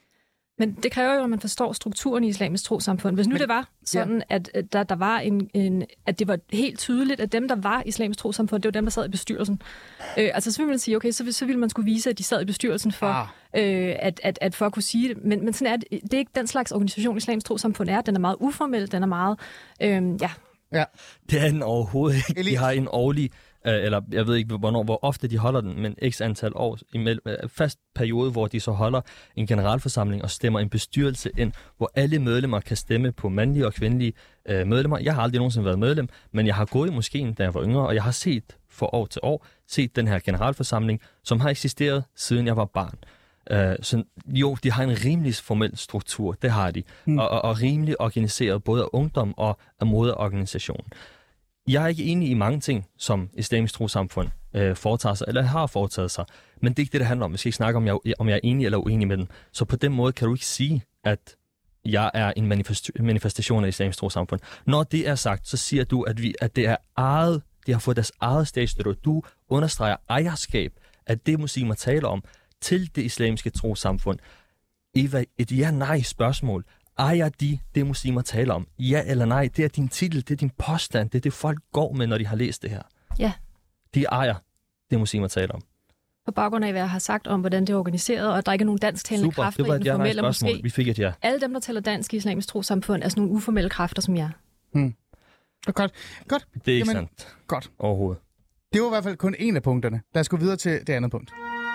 Men det kræver jo, at man forstår strukturen i islamisk trossamfund. Hvis nu Men, det var sådan, ja. at, at der, der var en, en, at det var helt tydeligt, at dem, der var islamisk trossamfund, det var dem, der sad i bestyrelsen. Øh, altså så ville man sige, okay, så, så ville man skulle vise, at de sad i bestyrelsen for, ah. øh, at, at, at for at kunne sige det. Men, men sådan er det, det er ikke den slags organisation, islamisk trossamfund er. Den er meget uformel, den er meget, øh, ja. ja. Det er den overhovedet ikke. De har en årlig, øh, eller jeg ved ikke, hvornår, hvor ofte de holder den, men x antal år imellem, øh, fast periode, hvor de så holder en generalforsamling og stemmer en bestyrelse ind, hvor alle medlemmer kan stemme på mandlige og kvindelige øh, medlemmer. Jeg har aldrig nogensinde været medlem, men jeg har gået i moskeen, da jeg var yngre, og jeg har set for år til år, set den her generalforsamling, som har eksisteret, siden jeg var barn. Uh, så jo, de har en rimelig formel struktur, det har de, mm. og, og, og rimelig organiseret både af ungdom og af moderorganisation. Jeg er ikke enig i mange ting, som islamisk trossamfund uh, foretager sig, eller har foretaget sig, men det er ikke det, det handler om. Vi skal ikke snakke om, jeg, om jeg er enig eller uenig med dem. Så på den måde kan du ikke sige, at jeg er en manifest- manifestation af islamisk trossamfund. Når det er sagt, så siger du, at, vi, at det er eget, de har fået deres eget statsstøtte. Du understreger ejerskab af det, muslimer taler om, til det islamiske trossamfund. Eva, et ja-nej-spørgsmål. Ejer de det, muslimer taler om? Ja eller nej? Det er din titel, det er din påstand, det er det, folk går med, når de har læst det her. Ja. De ejer det, muslimer taler om. På baggrund af, hvad jeg har sagt om, hvordan det er organiseret, og at der ikke er nogen dansktalende kræfter i den formelle moské. Vi fik et ja. Alle dem, der taler dansk i islamisk trossamfund, er sådan nogle uformelle kræfter, som jeg. Hmm. Godt. Godt. Det er ikke Jamen, sandt. Godt. Overhovedet. Det var i hvert fald kun en af punkterne. Lad os gå videre til det andet punkt.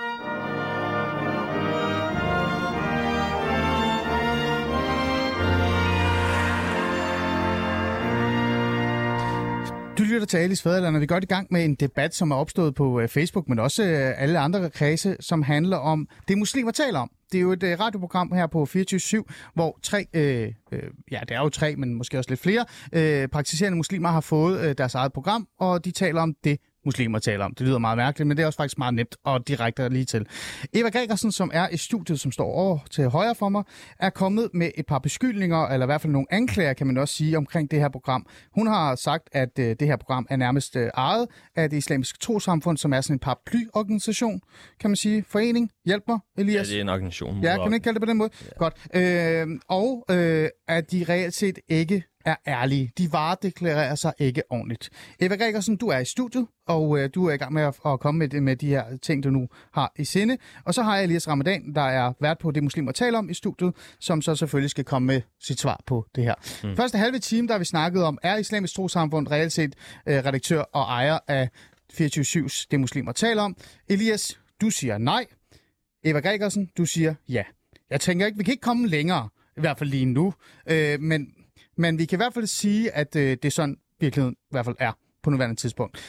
Du lytter til Alis Fædreland, og vi er godt i gang med en debat, som er opstået på Facebook, men også alle andre kredse, som handler om det, muslimer taler om. Det er jo et radioprogram her på fireogtyve syv, hvor tre, øh, øh, ja det er jo tre, men måske også lidt flere, øh, praktiserende muslimer har fået øh, deres eget program, og de taler om det, muslimer taler om. Det lyder meget mærkeligt, men det er også faktisk meget nemt og direkte lige til. Eva Gregersen, som er i studiet, som står over til højre for mig, er kommet med et par beskyldninger, eller i hvert fald nogle anklager, kan man også sige, omkring det her program. Hun har sagt, at øh, det her program er nærmest øh, ejet af det islamiske trossamfund, som er sådan en paraplyorganisation, kan man sige. Forening. Hjælp mig, Elias. Ja, det er en organisation. Ja, kan man ikke kalde det på den måde? Ja. Godt. Øh, og øh, at de reelt set ikke er ærlige. De varedeklarerer sig ikke ordentligt. Eva Gregersen, du er i studiet, og øh, du er i gang med at, at komme med, med de her ting, du nu har i sinde. Og så har jeg Elias Ramadan, der er vært på det, muslimer taler om i studiet, som så selvfølgelig skal komme med sit svar på det her. Mm. Første halve time, der har vi snakket om, er islamisk trossamfund reelt set øh, redaktør og ejer af fireogtyve syv's det, muslimer taler om. Elias, du siger nej. Eva Gregersen, du siger ja. Jeg tænker ikke, vi kan ikke komme længere, i hvert fald lige nu, øh, men Men vi kan i hvert fald sige, at øh, det er sådan, virkeligheden i hvert fald er på nuværende tidspunkt.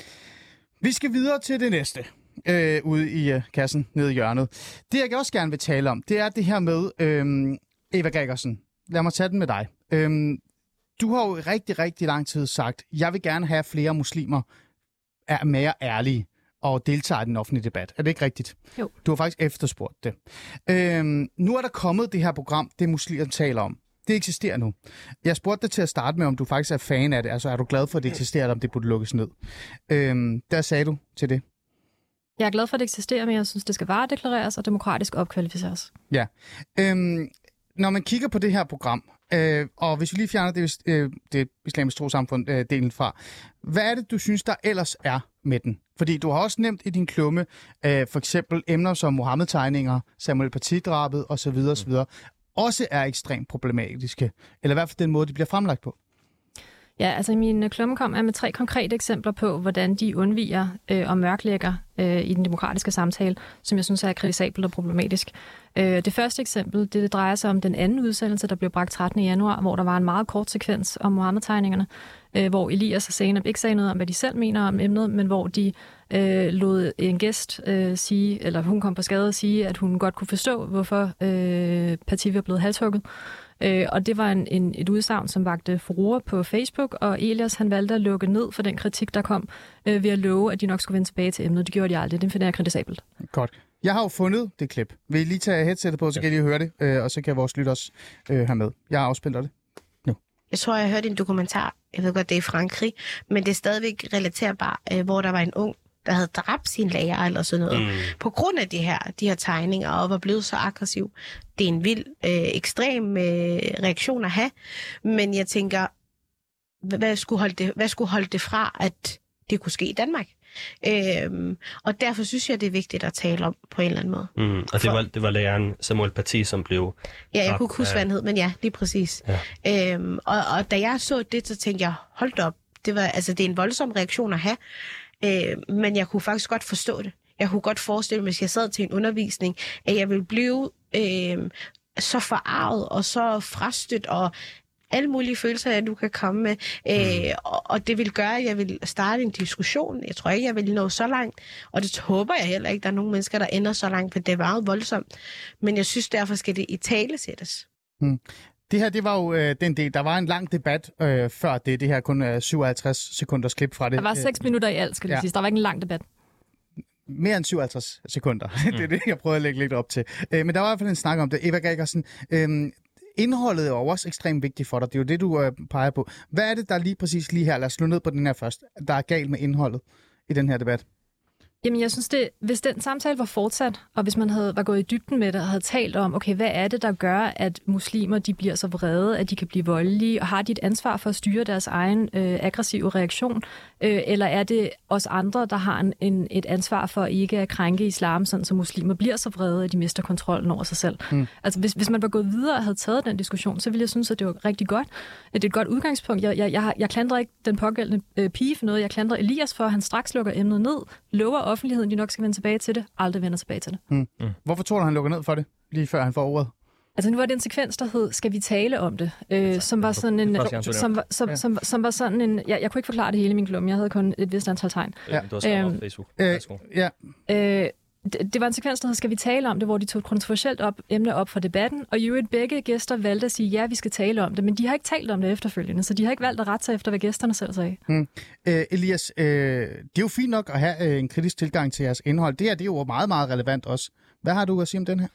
Vi skal videre til det næste, øh, ude i øh, kassen nede i hjørnet. Det, jeg også gerne vil tale om, det er det her med øh, Eva Gregersen. Lad mig tage den med dig. Øh, du har jo rigtig, rigtig lang tid sagt, jeg vil gerne have flere muslimer er mere ærlige og deltager i den offentlige debat. Er det ikke rigtigt? Jo. Du har faktisk efterspurgt det. Øh, nu er der kommet det her program, det muslimer taler om. Det eksisterer nu. Jeg spurgte dig til at starte med, om du faktisk er fan af det. Altså, er du glad for, at det eksisterer, eller om det burde lukkes ned? Øhm, der sagde du til det. Jeg er glad for, at det eksisterer, men jeg synes, det skal varedeklareres og demokratisk opkvalificeres. Ja. Øhm, når man kigger på det her program, øh, og hvis vi lige fjerner det, øh, det islamiske trossamfund øh, delen fra, hvad er det, du synes, der ellers er med den? Fordi du har også nævnt i din klumme, øh, for eksempel emner som Mohammed-tegninger, Samuel Paty-drabet osv. osv., også er ekstremt problematiske, eller i hvert fald den måde, de bliver fremlagt på. Ja, altså i min klumme kom jeg med tre konkrete eksempler på, hvordan de undviger øh, og mørklægger øh, i den demokratiske samtale, som jeg synes er kritisabelt og problematisk. Øh, det første eksempel, det, det drejer sig om den anden udsendelse, der blev bragt trettende januar, hvor der var en meget kort sekvens om Mohammed-tegningerne, øh, hvor Elias og Zainab ikke sagde noget om, hvad de selv mener om emnet, men hvor de øh, lod en gæst øh, sige, eller hun kom på skade at sige, at hun godt kunne forstå, hvorfor øh, Paty var blevet halshugget. Øh, og det var en, en, et udsagn, som vagte furore på Facebook, og Elias han valgte at lukke ned for den kritik, der kom, øh, ved at love, at de nok skulle vende tilbage til emnet. Det gjorde de aldrig. Det finder jeg kritisabelt. Godt. Jeg har jo fundet det klip. Vil I lige tage headsetet på, så kan I lige høre det, øh, og så kan vores lytter også øh, have med. Jeg afspiller det nu. Jeg tror, jeg hørte en dokumentar, jeg ved godt, det er i Frankrig, men det er stadigvæk relaterbart, øh, hvor der var en ung, der havde dræbt sin lærer eller sådan noget, mm. på grund af de her, de her tegninger, og var blevet så aggressiv. Det er en vild, øh, ekstrem øh, reaktion at have, men jeg tænker, hvad skulle, holde det, hvad skulle holde det fra, at det kunne ske i Danmark? Øhm, og derfor synes jeg, det er vigtigt at tale om på en eller anden måde. Mm, og det var, det var læreren Samuel Paty, som blev... Ja, jeg kunne ikke huske, hvad han hed, men ja, lige præcis. Ja. Øhm, og, og da jeg så det, så tænkte jeg, hold op, det, var, altså, det er en voldsom reaktion at have, øh, men jeg kunne faktisk godt forstå det. Jeg kunne godt forestille mig, hvis jeg sad til en undervisning, at jeg ville blive øh, så forarvet og så frastødt og alle mulige følelser, jeg du kan komme med. Øh, og, og det vil gøre, at jeg vil starte en diskussion. Jeg tror ikke, jeg vil nå så langt. Og det håber jeg heller ikke, der er nogen mennesker, der ender så langt, for det er meget voldsomt. Men jeg synes, derfor skal det i tale sættes. Hmm. Det her, det var jo øh, den del. Der var en lang debat øh, før det. Det her kun øh, syvoghalvtreds sekunders klip fra det. Der var seks minutter i alt, skal det ja. sige. Der var ikke en lang debat. Mere end syvoghalvtreds sekunder. Mm. Det er det, jeg prøvede at lægge lidt op til. Øh, men der var i hvert fald en snak om det. Eva Gregersen, øh, indholdet er jo også ekstremt vigtigt for dig. Det er jo det, du øh, peger på. Hvad er det, der lige præcis lige her, lad os slå ned på den her først, der er galt med indholdet i den her debat? Jamen, jeg synes, det, hvis den samtale var fortsat, og hvis man havde, var gået i dybden med det og havde talt om, okay, hvad er det, der gør, at muslimer de bliver så vrede, at de kan blive voldelige, og har de et ansvar for at styre deres egen øh, aggressive reaktion, øh, eller er det os andre, der har en, en, et ansvar for ikke at krænke islam, sådan så muslimer bliver så vrede, at de mister kontrollen over sig selv? Mm. Altså, hvis, hvis man var gået videre og havde taget den diskussion, så ville jeg synes, at det var rigtig godt. Det er et godt udgangspunkt. Jeg, jeg, jeg, jeg klandrer ikke den pågældende øh, pige for noget. Jeg klandrer Elias for, at han straks lukker emnet ned, lover offentligheden, de nok skal vende tilbage til det, aldrig vender tilbage til det. Mm. Mm. Hvorfor tror du, han lukker ned for det, lige før han får ordet? Altså nu var det en sekvens, der hed, skal vi tale om det? Øh, som var sådan en... Som, som, ja. som, som var sådan en... Jeg, jeg kunne ikke forklare det hele i min klumme, jeg havde kun et vist antal tegn. Ja, det var skrevet øhm, på Facebook. Øh, ja. Øh, det, det var en sekvens, der hed, skal vi tale om det, hvor de tog et kontroversielt op, emne op for debatten, og i øvrigt begge gæster valgte at sige, ja, vi skal tale om det, men de har ikke talt om det efterfølgende, så de har ikke valgt at rette sig efter, hvad gæsterne selv sagde. Mm. Øh, Elias, øh, det er jo fint nok at have øh, en kritisk tilgang til jeres indhold. Det her, det er jo meget, meget relevant også. Hvad har du at sige om den her?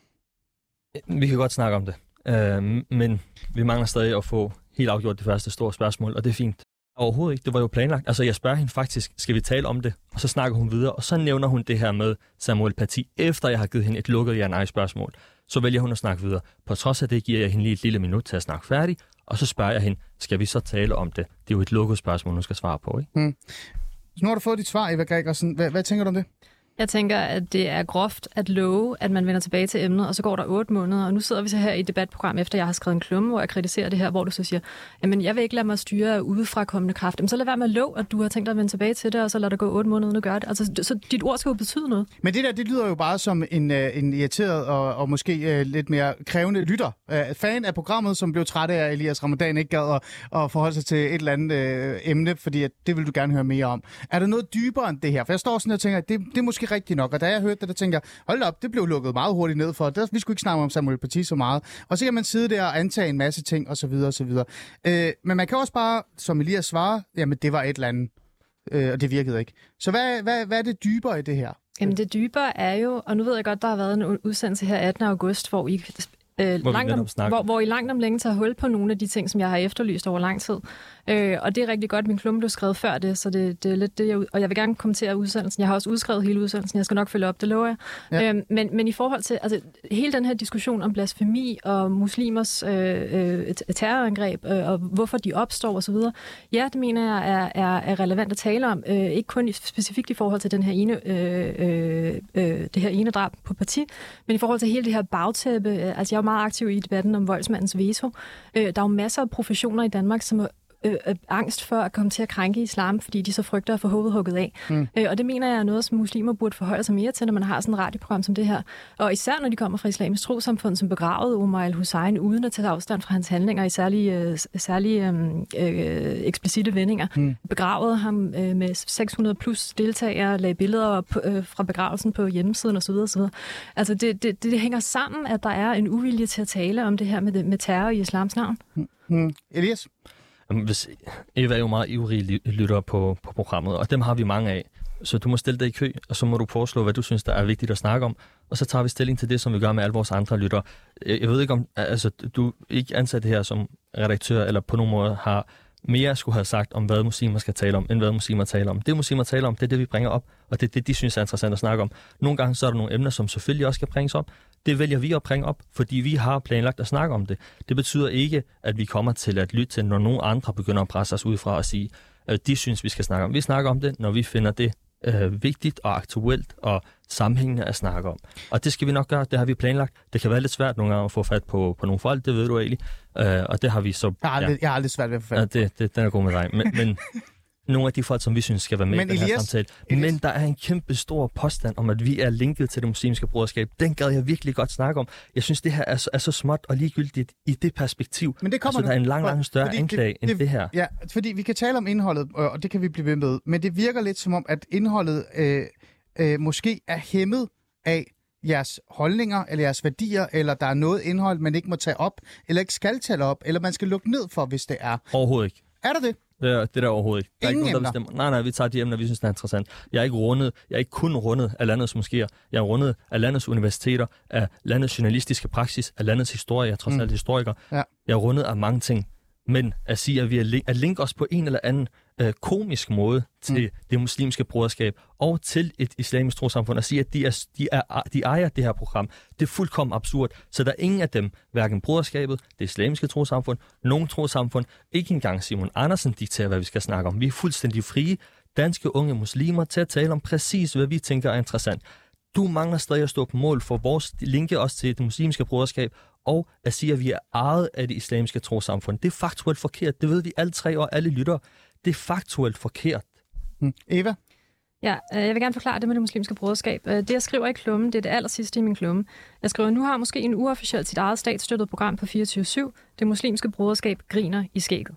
Vi kan godt snakke om det, øh, men vi mangler stadig at få helt afgjort det første store spørgsmål, og det er fint. Overhovedet ikke, det var jo planlagt. Altså, jeg spørger hende faktisk, skal vi tale om det? Og så snakker hun videre, og så nævner hun det her med Samuel Paty, efter jeg har givet hende et lukket ja-nej-spørgsmål. Så vælger hun at snakke videre. På trods af det giver jeg hende lige et lille minut til at snakke færdig, og så spørger jeg hende, skal vi så tale om det? Det er jo et lukket spørgsmål, hun skal svare på, ikke? Hmm. Så nu har du fået dit svar, Eva Gregersen. Hvad, hvad tænker du om det? Jeg tænker, at det er groft at love, at man vender tilbage til emnet, og så går der otte måneder, og nu sidder vi så her i et debatprogram, efter jeg har skrevet en klumme, hvor jeg kritiserer det her, hvor du så siger, jamen jeg vil ikke lade mig styre udefra kommende kraft. Jamen så lad være med at love, at du har tænkt dig at vende tilbage til det, og så lad det gå otte måneder, uden at gøre det. Altså, så dit ord skal jo betyde noget. Men det der, det lyder jo bare som en, en irriteret og, og måske uh, lidt mere krævende lytter. Uh, fan af programmet, som blev træt af, at Elias Ramadan ikke gad at, at forholde sig til et eller andet uh, emne, fordi at det vil du gerne høre mere om. Er der noget dybere end det her? For jeg står sådan og tænker, at det, det er måske rigtigt nok, og da jeg hørte det, der tænker jeg, hold op, det blev lukket meget hurtigt ned for. Der, vi skulle ikke snakke om Samuel Paty så meget. Og så kan man sidde der og antage en masse ting, osv. osv. Øh, men man kan også bare, som Elias svarer, jamen det var et eller andet, øh, og det virkede ikke. Så hvad, hvad, hvad er det dybere i det her? Jamen det dybere er jo, og nu ved jeg godt, der har været en udsendelse her attende august, hvor I... Øh, hvor, langt om, hvor, hvor I langt om længe tager hul på nogle af de ting, som jeg har efterlyst over lang tid. Øh, og det er rigtig godt, min klumme blev skrevet før det, så det, det er lidt det, jeg... Og jeg vil gerne kommentere udsendelsen. Jeg har også udskrevet hele udsendelsen. Jeg skal nok følge op, det lover jeg. Ja. Øh, men, men i forhold til altså, hele den her diskussion om blasfemi og muslimers øh, øh, terrorangreb, øh, og hvorfor de opstår osv., ja, det mener jeg er, er, er relevant at tale om. Øh, ikke kun specifikt i forhold til den her ene, øh, øh, øh, det her ene drab på Paty, men i forhold til hele det her bagtæppe. Øh, altså, jeg er meget aktiv i debatten om voldsmandens veto. Øh, der er jo masser af professioner i Danmark, som er øh, øh, angst for at komme til at krænke islam, fordi de så frygter at få hovedet hugget af. Mm. Øh, og det mener jeg er noget, som muslimer burde forholde sig mere til, når man har sådan et radioprogram som det her. Og især når de kommer fra Islamisk Trossamfund, som begravede Omar al-Hussein uden at tage afstand fra hans handlinger i særlige, øh, særlige øh, øh, eksplicite vendinger. Mm. Begravede ham øh, med seks hundrede plus deltagere, lagde billeder op, øh, fra begravelsen på hjemmesiden osv. osv. Altså det, det, det hænger sammen, at der er en uvilje til at tale om det her med, med terror i islams navn. Mm. Mm. Elias? Hvis, Eva er jo meget ivrig lytter på, på programmet, og dem har vi mange af. Så du må stille dig i kø, og så må du foreslå, hvad du synes, der er vigtigt at snakke om. Og så tager vi stilling til det, som vi gør med alle vores andre lyttere. Jeg ved ikke, om altså, du ikke ansat her som redaktør, eller på nogen måde har mere skulle have sagt om, hvad muslimer skal tale om, end hvad muslimer taler om. Det muslimer taler om, det er det, vi bringer op, og det er det, de synes er interessant at snakke om. Nogle gange så er der nogle emner, som selvfølgelig også skal bringes op. Det vælger vi at bringe op, fordi vi har planlagt at snakke om det. Det betyder ikke, at vi kommer til at lytte til, når nogle andre begynder at presse os udefra og sige, at de synes, vi skal snakke om. Vi snakker om det, når vi finder det øh, vigtigt og aktuelt og sammenhængende at snakke om. Og det skal vi nok gøre, det har vi planlagt. Det kan være lidt svært nogle gange at få fat på, på nogle folk, det ved du egentlig. Øh, og det har vi så... Jeg har aldrig, ja. jeg har aldrig svært ved at få fat på. Ja, det, det, den er god med dig. Men, men nogle af de folk, som vi synes skal være med men i den her samtale. Elias. Men der er en kæmpe stor påstand om, at vi er linket til det muslimske broderskab. Den gad jeg virkelig godt snakke om. Jeg synes, det her er så, er så småt og ligegyldigt i det perspektiv. Men det kommer altså, der er en lang, lang større anklage det, end det, det her. Ja, fordi vi kan tale om indholdet, og det kan vi blive ved med. Men det virker lidt som om, at indholdet øh, øh, måske er hæmmet af jeres holdninger, eller jeres værdier, eller der er noget indhold, man ikke må tage op, eller ikke skal tage op, eller man skal lukke ned for, hvis det er. Overhovedet ikke. Er der det? Det er, det er der overhovedet ikke. Der er Ingen ikke nogen, der bestemmer. Nej, nej, vi tager de emner, vi synes, det er interessant. Jeg er ikke rundet, jeg er ikke kun rundet af landets moskéer. Jeg er rundet af landets universiteter, af landets journalistiske praksis, af landets historie. Jeg er trods mm. alt historiker. Ja. Jeg er rundet af mange ting. Men at sige, at vi er link, at linke os på en eller anden øh, komisk måde til mm. det muslimske broderskab og til et islamisk trossamfund, og sige, at de, er, de, er, de ejer det her program, det er fuldkommen absurd. Så der er ingen af dem, hverken broderskabet, det islamiske trossamfund, nogen trossamfund, ikke engang Simon Andersen dikterer, hvad vi skal snakke om. Vi er fuldstændig frie, danske unge muslimer, til at tale om præcis, hvad vi tænker er interessant. Du mangler stadig at stå på mål for vores linke også til det muslimske broderskab, og at sige, at vi er ejet af det islamiske trossamfund. Det er faktuelt forkert. Det ved vi alle tre og alle lytter. Det er faktuelt forkert. Hmm. Eva? Ja, jeg vil gerne forklare det med det muslimske broderskab. Det, jeg skriver i klummen, det er det aller sidste i min klumme. Jeg skriver, nu har måske en uofficielt sit eget statsstøttet program på fireogtyve syv. Det muslimske broderskab griner i skægget.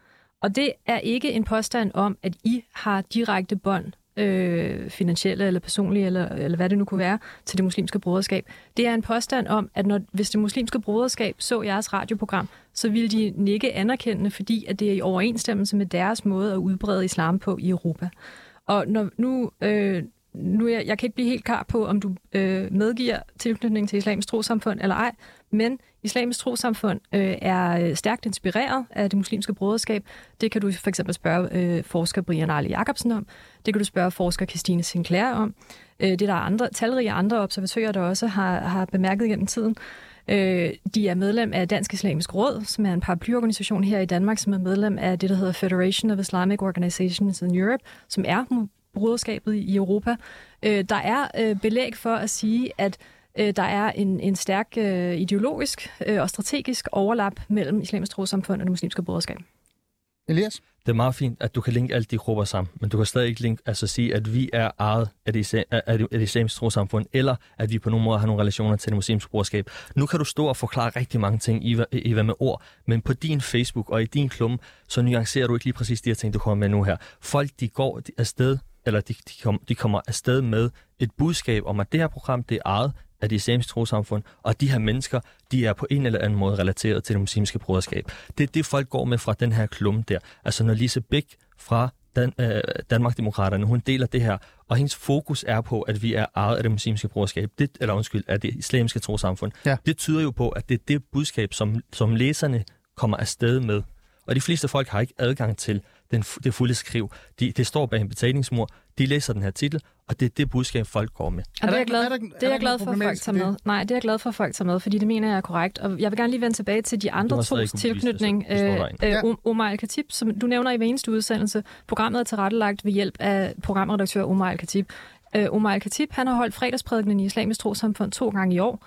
Og det er ikke en påstand om, at I har direkte bånd, Øh, finansielle eller personlige, eller, eller hvad det nu kunne være, til det muslimske broderskab. Det er en påstand om, at når, hvis det muslimske broderskab så jeres radioprogram, så ville de nikke anerkendende, fordi at det er i overensstemmelse med deres måde at udbrede islam på i Europa. Og når, nu, øh, nu jeg, jeg kan ikke blive helt klar på, om du øh, medgiver tilknytning til Islamisk Trossamfund eller ej, men Islamisk Trossamfund øh, er stærkt inspireret af det muslimske broderskab. Det kan du for eksempel spørge øh, forsker Brian Arle Jacobsen om. Det kan du spørge forsker Christine Sinclair om. Øh, det er der andre, talrige andre observatører, der også har, har bemærket gennem tiden. Øh, de er medlem af Dansk Islamisk Råd, som er en paraplyorganisation her i Danmark, som er medlem af det, der hedder Federation of Islamic Organizations in Europe, som er broderskabet i Europa. Øh, der er øh, belæg for at sige, at der er en, en stærk øh, ideologisk øh, og strategisk overlap mellem Islamisk Trossamfund og det muslimske broderskab. Elias? Det er meget fint, at du kan linke alle de grupper sammen, men du kan stadig ikke linke, altså sige, at vi er ejet af det, af det, af det islamiske trossamfund, eller at vi på nogen måde har nogle relationer til det muslimske broderskab. Nu kan du stå og forklare rigtig mange ting, Eva, Eva med ord, men på din Facebook og i din klumme, så nuancerer du ikke lige præcis de her ting, du kommer med nu her. Folk, de går afsted, eller de, de, kom, de kommer afsted med et budskab om, at det her program, det er ejet af det islamiske trossamfund, og de her mennesker, de er på en eller anden måde relateret til det muslimske broderskab. Det er det, folk går med fra den her klumme der. Altså når Lise Bech fra Dan, øh, Danmarksdemokraterne, hun deler det her, og hendes fokus er på, at vi er ejet af det muslimske broderskab, det, eller undskyld, af det islamiske trossamfund. Ja. Det tyder jo på, at det er det budskab, som, som læserne kommer afsted med. Og de fleste folk har ikke adgang til den, det fulde skriv. De, det står bag en betalingsmur, de læser den her titel, og det er det budskab, folk går med. Og det er jeg glad, det er jeg glad for, at folk tager med. Nej, det er jeg glad for, at folk tager med, fordi det mener jeg er korrekt. Og jeg vil gerne lige vende tilbage til de andre tros tilknytning. Øh, øh, Omar Al-Khatib, som du nævner i hver eneste udsendelse. Programmet er tilrettelagt ved hjælp af programredaktør Omar Al-Khatib. Øh, Omar Al-Khatib, han har holdt fredagsprædikenen i Islamisk Trossamfund to gange i år.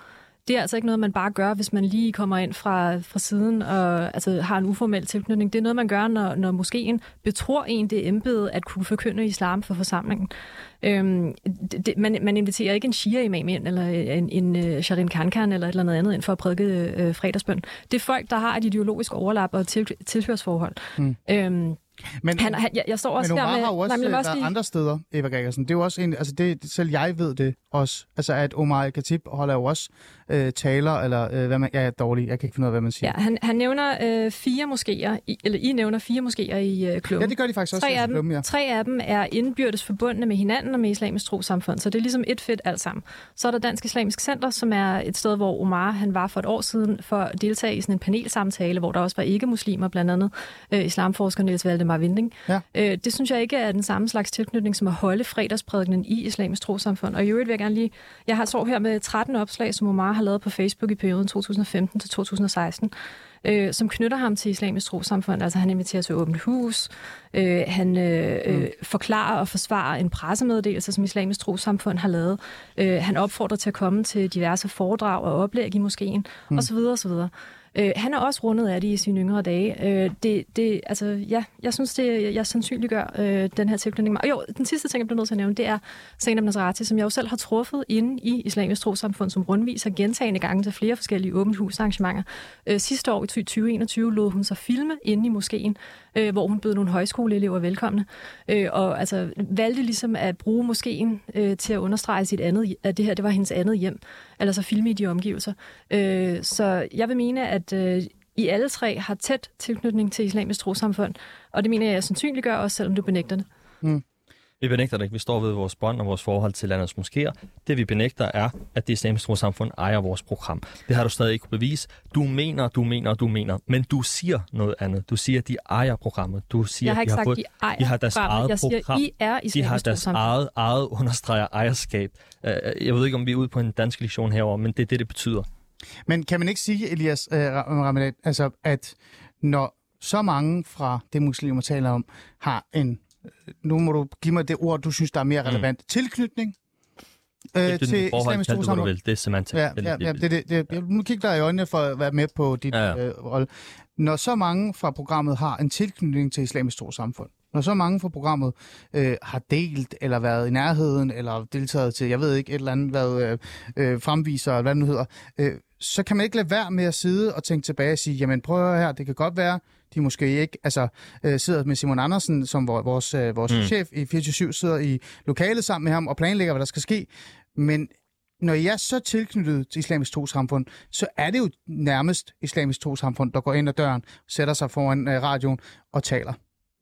det er altså ikke noget, man bare gør, hvis man lige kommer ind fra, fra siden og altså, har en uformel tilknytning. Det er noget, man gør, når, når moskéen betror en det embede at kunne forkynde islam for forsamlingen. Øhm, det, man, man inviterer ikke en shia-imam ind, eller en, en uh, Sharin Kankan, eller et eller andet andet ind for at prædike øh, fredagsbøn. Det er folk, der har et ideologisk overlap og til, tilhørsforhold. Mm. Øhm, Men, han, han, jeg, jeg står også men Omar med, har jo også, nej, også været lige... andre steder, Eva Gregersen. Det er jo også en, altså det, selv jeg ved det også, altså at Omar El-Khatib holder jo også øh, taler, eller øh, hvad man, ja, jeg er dårlig, jeg kan ikke finde ud af, hvad man siger. Ja, han, han nævner øh, fire moskéer, i, eller I nævner fire moskéer i øh, klubben. Ja, det gør de faktisk også. Tre af, dem, klubben, ja. tre af dem er indbyrdes forbundne med hinanden og med Islamisk Trossamfund, så det er ligesom et fedt alt sammen. Så er der Dansk Islamisk Center, som er et sted, hvor Omar han var for et år siden for at deltage i sådan en panelsamtale, hvor der også var ikke-muslimer, blandt andet øh, islamforsker Niels Valdemar Vinding. Ja. Øh, det synes jeg ikke er den samme slags tilknytning, som at holde fredagsprædikenen i Islamisk Trossamfund. Og i øvrigt vil jeg gerne lige... Jeg har så her med tretten opslag, som Omar har lavet på Facebook i perioden to tusind og femten til to tusind og seksten, øh, som knytter ham til Islamisk Trossamfund. Altså han inviterer til åbent hus, øh, han øh, øh, forklarer og forsvarer en pressemeddelelse, som Islamisk Trossamfund har lavet. Øh, han opfordrer til at komme til diverse foredrag og oplæg i moskéen, mm. osv. osv. Øh, han er også rundet af det i sine yngre dage. Øh, det, det, altså, ja, jeg synes, det, jeg sandsynliggør øh, den her tilknytning. Og jo, den sidste ting, jeg bliver nødt til at nævne, det er Zainab Nasrati, som jeg jo selv har truffet inde i Islamisk Trossamfund, som rundviser gentagende gange til flere forskellige åbent husarrangementer. Øh, sidste år i tyve enogtyve lod hun sig filme inde i moskéen, øh, hvor hun bød nogle højskoleelever velkomne. Øh, og altså valgte ligesom at bruge moskéen øh, til at understrege sit andet, at det her det var hendes andet hjem. Eller så filme i de omgivelser. Øh, så jeg vil mene, at øh, I alle tre har tæt tilknytning til Islamisk Trossamfund, og det mener jeg, jeg sandsynliggør også, selvom du benægter det. Mm. Vi benægter det ikke. Vi står ved vores bånd og vores forhold til landets moskéer. Det vi benægter er, at det Islamiske Trossamfund ejer vores program. Det har du stadig ikke kunne bevise. Du mener, du mener, du mener, men du siger noget andet. Du siger, at de ejer programmet. Du siger, jeg har ikke de har sagt, fået, de ejer de har deres programmet. eget Jeg program. siger, I er de har Islamisk deres Trossamfund. eget, eget understreger ejerskab. Jeg ved ikke, om vi er ude på en dansk lektion herover, men det er det, det betyder. Men kan man ikke sige, Elias øh, Ramadan, altså at når så mange fra det muslimer taler om, har en, nu må du give mig det ord, du synes, der er mere relevant, mm. tilknytning øh, det, det til Islamisk Trossamfund. Det er semantik. Ja, ja, ja, det, det, det, jeg, nu kigger dig i øjnene for at være med på dit ja, ja. Øh, rolle. Når så mange fra programmet har en tilknytning til Islamisk Trossamfund, når så mange fra programmet øh, har delt, eller været i nærheden, eller deltaget til, jeg ved ikke, et eller andet, hvad øh, øh, fremviser, eller hvad det nu hedder, øh, så kan man ikke lade være med at sidde og tænke tilbage og sige, jamen prøv at høre her, det kan godt være, de måske ikke, altså øh, sidder med Simon Andersen, som vores, øh, vores mm. chef i fireogtyve syv, sidder i lokalet sammen med ham og planlægger, hvad der skal ske, men når jeg er så tilknyttet til Islamisk Trossamfund, så er det jo nærmest Islamisk Trossamfund, der går ind ad døren, sætter sig foran øh, radioen og taler.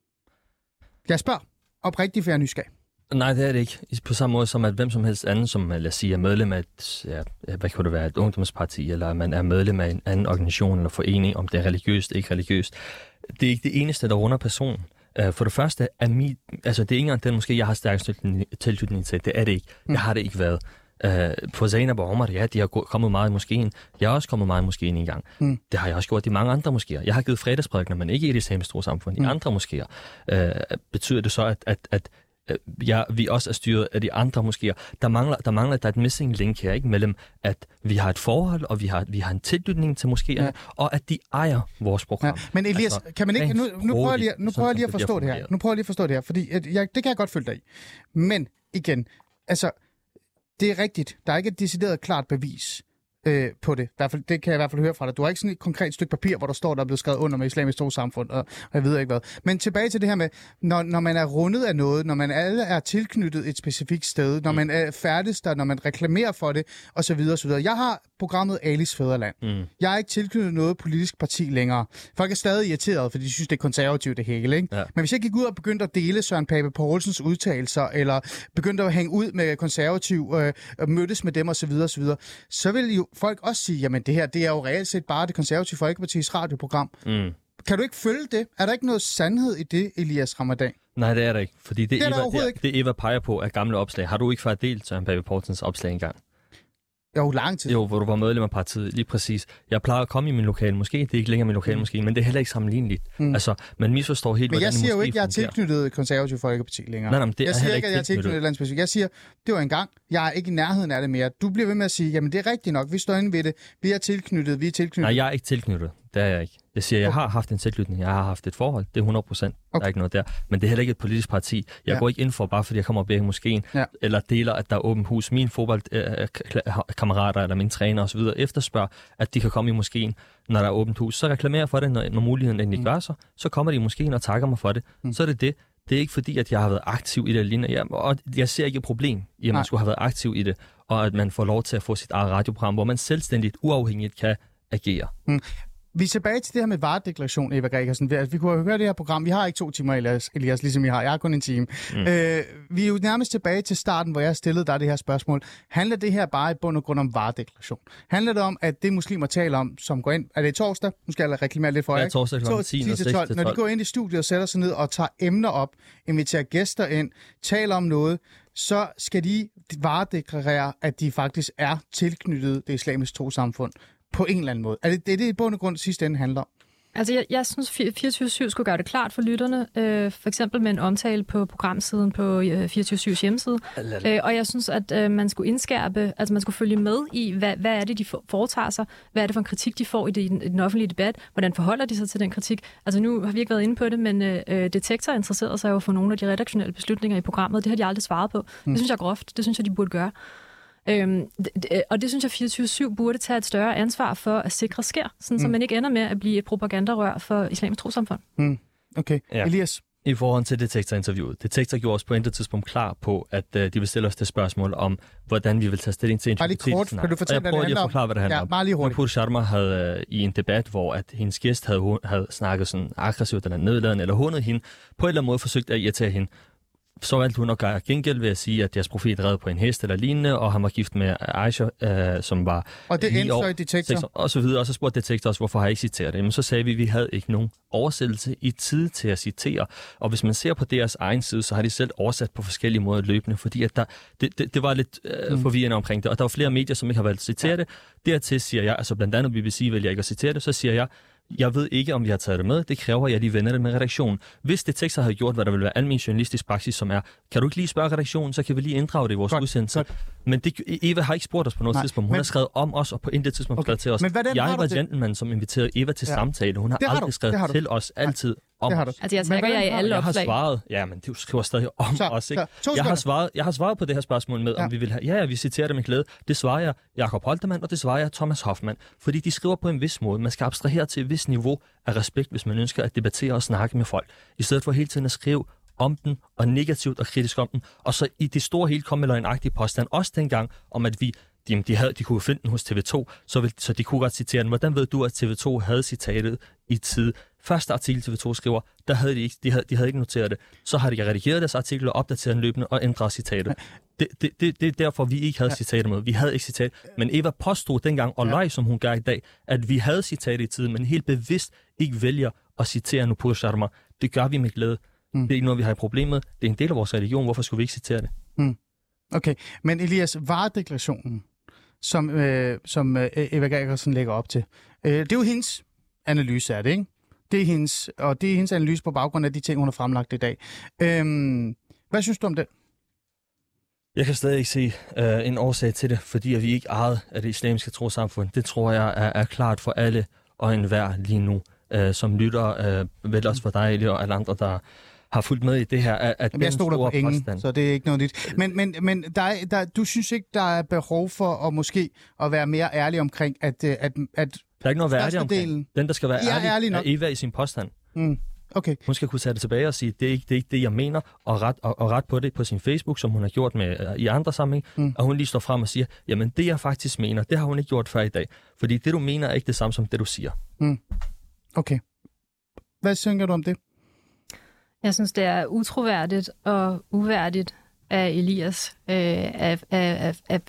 Jeg spørger oprigtigt, for jeg er nysgerrig. Nej, det er det ikke. På samme måde som at hvem som helst anden, som lad os sige, er medlem af et, ja, hvad kan det være, et ungdomsparti, eller man er medlem af en anden organisation eller forening, om det er religiøst, ikke religiøst. Det er ikke det eneste, der runder personen. For det første er mit, altså det er ikke engang den, måske jeg har stærkest tilknytning til. Det er det ikke. Jeg har det ikke været. Uh, på Zainab og Omar, ja, de har kommet meget i moskéen. Jeg har også kommet meget i moskéen en gang. Mm. Det har jeg også gjort i mange andre moskéer. Jeg har givet fredagsprædikener, men ikke i det Islamiske Trossamfund, mm. i andre moskéer. Uh, betyder det så, at, at, at ja, vi også er styret af de andre moskéer? Der mangler, der mangler der er et missing link her, ikke? Mellem at vi har et forhold, og vi har, vi har en tilknytning til moskéerne, ja. Og at de ejer vores program. Ja. Men Elias, altså, kan man ikke... Nu, nu prøver jeg lige, nu prøver jeg lige at forstå det her. Nu prøver jeg lige at forstå det her, fordi at jeg, det kan jeg godt følge dig i. Men igen, altså... Det er rigtigt. Der er ikke et decideret klart bevis øh, på det. I hvert fald, det kan jeg i hvert fald høre fra dig. Du har ikke sådan et konkret stykke papir, hvor der står, der er blevet skrevet under med Islamisk Trossamfund, og, og jeg ved ikke hvad. Men tilbage til det her med, når, når man er rundet af noget, når man alle er tilknyttet et specifikt sted, når man er færdes der, når man reklamerer for det, osv. osv. Jeg har programmet Alis Fædreland. Mm. Jeg er ikke tilknyttet noget politisk parti længere. Folk er stadig irriteret, fordi de synes, det er konservativt det hele. Ikke? Ja. Men hvis jeg gik ud og begyndte at dele Søren Pape Poulsens udtalelser, eller begyndte at hænge ud med konservativ, øh, og mødtes med dem osv., osv., så vil jo folk også sige, jamen det her, det er jo reelt set bare det konservative Folkepartis radioprogram. Mm. Kan du ikke følge det? Er der ikke noget sandhed i det, Elias Ramadan? Nej, det er der ikke. Fordi det, det, er Eva, det, det, det Eva peger på er gamle opslag. Har du ikke fået delt Søren Pape Poulsens opslag engang? Jo, lang tid. Jo, hvor du var medlem af partiet, lige præcis. Jeg plejer at komme i min lokale moské, det er ikke længere min lokale moské, men det er heller ikke sammenligneligt. Mm. Altså, man misforstår helt, men hvordan jeg siger jo ikke, at jeg er fungerer. tilknyttet Konservativ Folkeparti længere. Nej, nej, det jeg er siger ikke, ikke, at jeg er tilknyttet et eller andet specifikt. Jeg siger, det var engang, jeg er ikke i nærheden af det mere. Du bliver ved med at sige, jamen det er rigtigt nok, vi står inde ved det, vi er tilknyttet, vi er tilknyttet. Nej, jeg er ikke tilknyttet. Det er jeg ikke. Jeg siger, jeg har haft en tilknytning, jeg har haft et forhold, det er hundrede procent. Okay. Der er ikke noget der. Men det er heller ikke et politisk parti. Jeg ja. går ikke ind for, bare fordi jeg kommer og beder i moskeen, ja. eller deler, at der er åbent hus. Mine fodboldkammerater eller mine træner osv. efterspørger, at de kan komme i moskeen, når der er åbent hus. Så reklamerer jeg for det, når, når muligheden endelig mm. gør sig. Så kommer de i moskeen og takker mig for det. Mm. Så er det det. Det er ikke fordi, at jeg har været aktiv i det alene. Jeg, og jeg ser ikke et problem i, at man Nej. skulle have været aktiv i det, og at man får lov til at få sit eget radioprogram, hvor man selvstændigt, uafhængigt kan agere. Mm. Vi er tilbage til det her med varedeklaration, Eva Gregersen. Vi kunne høre det her program. Vi har ikke to timer, Elias, Elias ligesom I har. Jeg har kun en time. Mm. Øh, vi er jo nærmest tilbage til starten, hvor jeg stillede dig det her spørgsmål. Handler det her bare i bund og grund om varedeklaration? Handler det om, at det muslimer taler om, som går ind... Er det torsdag? Nu skal jeg reklamere lidt for jer. Ja, torsdag klokken ti til tolv. Når de går ind i studiet og sætter sig ned og tager emner op, inviterer gæster ind, taler om noget, så skal de varedeklarere, at de faktisk er tilknyttet det islamiske trossamfund. På en eller anden måde. Er det det, det i bund og grund sidste ende handler om? Altså, jeg, jeg synes, fireogtyve syv skulle gøre det klart for lytterne. Øh, for eksempel med en omtale på programsiden på øh, fireogtyve syvs hjemmeside. Øh, og jeg synes, at øh, man skulle indskærpe, altså man skulle følge med i, hvad, hvad er det, de foretager sig? Hvad er det for en kritik, de får i, det, i, den, i den offentlige debat? Hvordan forholder de sig til den kritik? Altså, nu har vi ikke været inde på det, men øh, Detektor interesserede sig jo for nogle af de redaktionelle beslutninger i programmet. Det har de aldrig svaret på. Mm. Det synes jeg er groft. Det synes jeg, de burde gøre. Øhm, d- og det synes jeg, fireogtyve syv burde tage et større ansvar for at sikre sker, sådan mm. så man ikke ender med at blive et propagandarør for islamisk trossamfund. Mm. Okay. Ja. Elias? I forhold til Detektor-interviewet. Detektor gjorde os på intet tidspunkt klar på, at uh, de vil stille os det spørgsmål om, hvordan vi vil tage stilling til integriteten. Bare lige kort, kan du fortælle, hvad det handler om? Jeg prøver lige at forklare, hvad det handler ja, om. Bare lige hurtigt. Nupur Sharma havde uh, i en debat, hvor at hendes gæst havde, havde snakket sådan aggressivt eller nedladende, eller hundet hende, på en eller anden måde forsøgt at irritere hende. Så valgte hun at gøre gengæld ved at sige, at deres profet red på en hest eller lignende, og han var gift med Aisha, øh, som var og det endte så i Detektor? Og så videre, og så spurgte Detektor også, hvorfor har jeg ikke citeret det? Men så sagde vi, at vi havde ikke nogen oversættelse i tid til at citere. Og hvis man ser på deres egen side, så har de selv oversat på forskellige måder løbende, fordi at der, det, det, det var lidt øh, mm. forvirrende omkring det. Og der var flere medier, som ikke har valgt at citere ja. det. Dertil siger jeg, altså blandt andet B B C vælger ikke at citere det, så siger jeg, jeg ved ikke, om vi har taget det med. Det kræver, at jeg lige vender det med redaktionen. Hvis Detektor havde gjort, hvad der vil være almen journalistisk praksis, som er, kan du ikke lige spørge redaktionen, så kan vi lige inddrage det i vores godt, udsendelse. Godt. Men det, Eva har ikke spurgt os på noget Nej, tidspunkt. Hun men, har skrevet om os, og på intet tidspunkt okay. skrevet til os. Men jeg var gentleman, som inviterede Eva til ja. samtale. Hun har det aldrig har skrevet til os altid. Om det har du. Altså, jeg trækker jer i alle jeg opslag. Jeg har svaret, ja, men du skriver stadig om så, os, ikke? Så, jeg, har svaret, jeg har svaret på det her spørgsmål med, ja. om vi vil have, ja, ja, vi citerer det med glæde. Det svarer jeg Jakob Holtermann, og det svarer jeg Thomas Hoffmann. Fordi de skriver på en vis måde. Man skal abstrahere til et vis niveau af respekt, hvis man ønsker at debattere og snakke med folk. I stedet for hele tiden at skrive om den, og negativt og kritisk om den, og så i det store hele komme med løgnagtig påstand. Også dengang om, at vi De, de, havde, de kunne finde den hos T V to, så, vil, så de kunne godt citere den. Hvordan ved du, at T V to havde citatet i tid? Første artikel T V to skriver, der havde de ikke, de havde, de havde ikke noteret det. Så har de redigeret deres artikel og opdateret den løbende og ændret citatet. Det, det, det, det er derfor, vi ikke havde ja. citatet med. Vi havde ikke citat. Men Eva påstod dengang, og løg, som hun gør i dag, at vi havde citatet i tiden, men helt bevidst ikke vælger at citere Nupur Sharma. Det gør vi med glæde. Mm. Det er ikke noget, vi har i problemet. Det er en del af vores religion. Hvorfor skulle vi ikke citere det? Mm. Okay, men Elias, varedeklarationen, som, øh, som øh, Eva Gregersen lægger op til. Øh, det er jo hendes analyse af det, ikke? Det er hendes, og det er hendes analyse på baggrund af de ting, hun har fremlagt i dag. Øh, hvad synes du om det? Jeg kan stadig ikke se øh, en årsag til det, fordi vi ikke ejet af det islamiske trossamfund. Det tror jeg er, er klart for alle og enhver lige nu, øh, som lytter, øh, vel også for dig og alle andre, der har fulgt med i det her. At, at jeg stod der på ingen, påstand. Så det er ikke noget nyt. Men, men, men der, der, du synes ikke, der er behov for at måske at være mere ærlig omkring, at, at, at der er ikke noget at være ærlig omkring. Delen, den, der skal være ærlig, ærlig er Eva i sin påstand. Mm. Okay. Hun skal kunne tage det tilbage og sige, det er ikke det, er ikke det jeg mener, og ret, og, og ret på det på sin Facebook, som hun har gjort med uh, i andre sammenhæng, mm. og hun lige står frem og siger, jamen det jeg faktisk mener, det har hun ikke gjort før i dag. Fordi det du mener er ikke det samme som det du siger. Mm. Okay. Hvad tænker du om det? Jeg synes, det er utroværdigt og uværdigt af Elias øh, at, at, at, at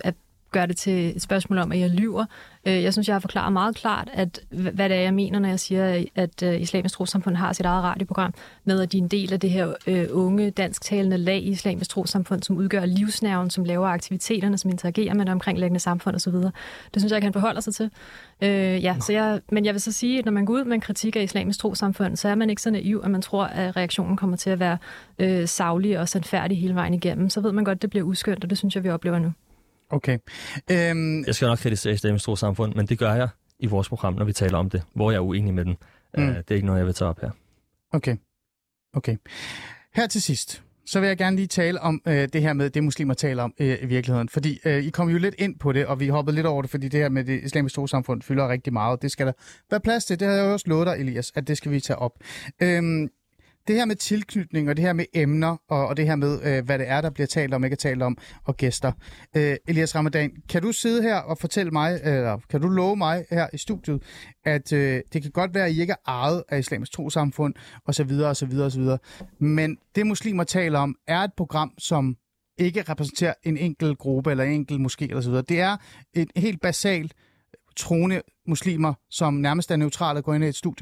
gør det til et spørgsmål om, at jeg lyver. Jeg synes, jeg har forklaret meget klart, at hvad det er, jeg mener, når jeg siger, at Islamisk Trossamfund har sit eget radioprogram, med at de er en del af det her øh, unge, dansktalende lag i Islamisk Trossamfund, som udgør livsnerven, som laver aktiviteterne, som interagerer med det omkringliggende samfund osv. Det synes jeg, kan forholde sig til. Øh, ja, så jeg, men jeg vil så sige, at når man går ud med en kritik af Islamisk Trossamfund, så er man ikke så naiv, at man tror, at reaktionen kommer til at være øh, saglig og sandfærdig hele vejen igennem. Så ved man godt, at det bliver uskyndt, og det synes jeg, vi oplever nu. Okay. Øhm... Jeg skal nok kritisere Islamisk Trossamfund, men det gør jeg i vores program, når vi taler om det, hvor jeg er uenig med den. Mm. Uh, det er ikke noget, jeg vil tage op her. Okay. Okay. Her til sidst, så vil jeg gerne lige tale om øh, det her med det, muslimer taler om øh, i virkeligheden. Fordi øh, I kom jo lidt ind på det, og vi hoppede lidt over det, fordi det her med det Islamiske Trossamfund fylder rigtig meget. Det skal der være plads til. Det har jeg også lovet dig, Elias, at det skal vi tage op. Øhm, Det her med tilknytning, og det her med emner, og, og det her med, øh, hvad det er, der bliver talt om, ikke talt om, og gæster. Øh, Elias Ramadan, kan du sidde her og fortælle mig, eller kan du love mig her i studiet, at øh, det kan godt være, at I ikke er ejet af Islamisk Trossamfund, osv., osv., osv., men det muslimer taler om, er et program, som ikke repræsenterer en enkelt gruppe, eller en enkelt moské, eller så videre. Det er et helt basalt troende muslimer, som nærmest er neutrale, går ind i et studie,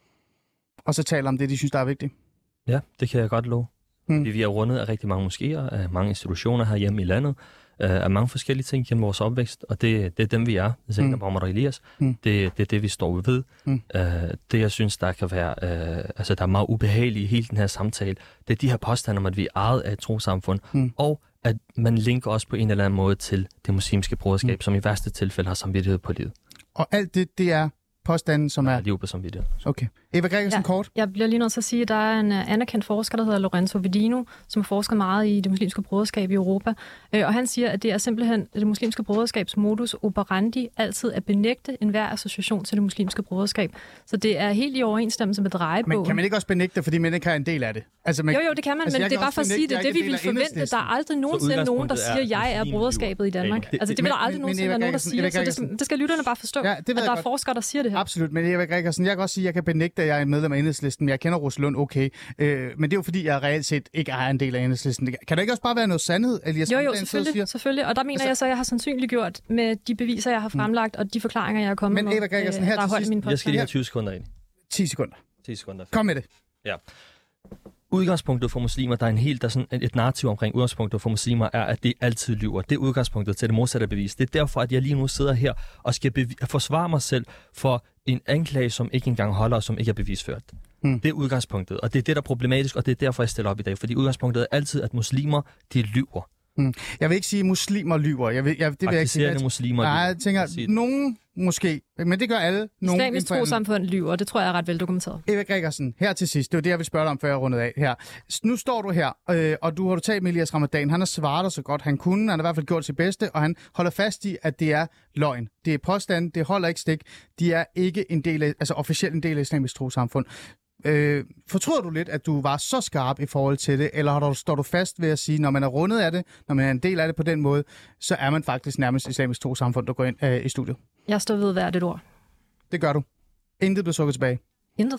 og så taler om det, de synes, der er vigtigt. Ja, det kan jeg godt love. Hmm. Fordi vi er rundet af rigtig mange moskéer, af mange institutioner herhjemme i landet, af mange forskellige ting gennem vores opvækst, og det, det er dem, vi er. Det er Mohammed og Elias. Hmm. Det, det er det, vi står ved. Hmm. Uh, det, jeg synes, der kan være, uh, altså, der er meget ubehageligt i hele den her samtale, det er de her påstande om, at vi er ejet af et trossamfund, hmm. og at man linker også på en eller anden måde til det muslimske broderskab, hmm. som i værste tilfælde har samvittighed på livet. Og alt det, det er påstanden, som er... Ja, liv på samvittighed. Okay. Eva Gregersen, ja, kort. Jeg bliver lige nødt til at sige, at der er en anerkendt forsker, der hedder Lorenzo Vedino, som har forsket meget i det muslimske broderskab i Europa. Og han siger, at det er simpelthen det muslimske broderskabs modus operandi altid at benægte enhver association til det muslimske broderskab. Så det er helt i overensstemmelse med drejebogen. Men kan man ikke også benægte, fordi man ikke har en del af det? Altså, man... Jo, jo, det kan man, altså, men det er bare for at sige, det er det, vi vil forvente. Der er aldrig nogensinde nogen, der siger, at jeg er broderskabet i Danmark. Det, altså, det vil der aldrig nogensinde være nogen, der siger. Så det skal, det skal lytterne bare forstå, ja, at der er forskere, der siger det her. Absolut, men Eva Gregersen, jeg kan også sige, at jeg kan benægte, at jeg er medlem af Enhedslisten. Jeg kender Rosalund okay, øh, men det er jo fordi, jeg reelt set ikke er en del af Enhedslisten. Kan der ikke også bare være noget sandhed? Elias, jo, jo, selvfølgelig, selvfølgelig. Og der mener altså, jeg så, at jeg har sandsynliggjort med de beviser, jeg har fremlagt, og de forklaringer, jeg har kommet med. Men Eva Gregersen, her til sidst. Jeg skal lige have tyve sekunder ind. ti sekunder. ti sekunder. Kom med det. Ja. Udgangspunktet for muslimer, der er en helt, der er sådan et narrativ omkring udgangspunktet for muslimer, er, at det altid lyver. Det er udgangspunktet til det modsatte bevis. Det er derfor, at jeg lige nu sidder her og skal bevi- forsvare mig selv for en anklage, som ikke engang holder, og som ikke er bevisført. Hmm. Det er udgangspunktet, og det er det, der er problematisk, og det er derfor, jeg stiller op i dag. Fordi udgangspunktet er altid, at muslimer, de lyver. Hmm. Jeg vil ikke sige, at muslimer lyver. Jeg vil, jeg, det vil jeg ikke sige. At muslimer nej, jeg tænker, at nogen måske, men det gør alle. Islamisk Trossamfund lyver, det tror jeg er ret veldokumenteret. Eva Gregersen, her til sidst, det var det, jeg vil spørge dig om, før jeg rundet af her. Nu står du her, øh, og du har du talt med Elias Ramadan. Han har svaret dig så godt han kunne, han har i hvert fald gjort sit bedste, og han holder fast i, at det er løgn. Det er påstand, det holder ikke stik. De er ikke en del af, altså officielt en del af Islamisk Trossamfund. Øh, fortryder du lidt, at du var så skarp i forhold til det, eller har du, står du fast ved at sige, når man er rundet af det, når man er en del af det på den måde, så er man faktisk nærmest Islamisk Trossamfund, der går ind øh, i studiet? Jeg står ved hvert et ord. Det gør du. Intet bliver sukket tilbage? Intet.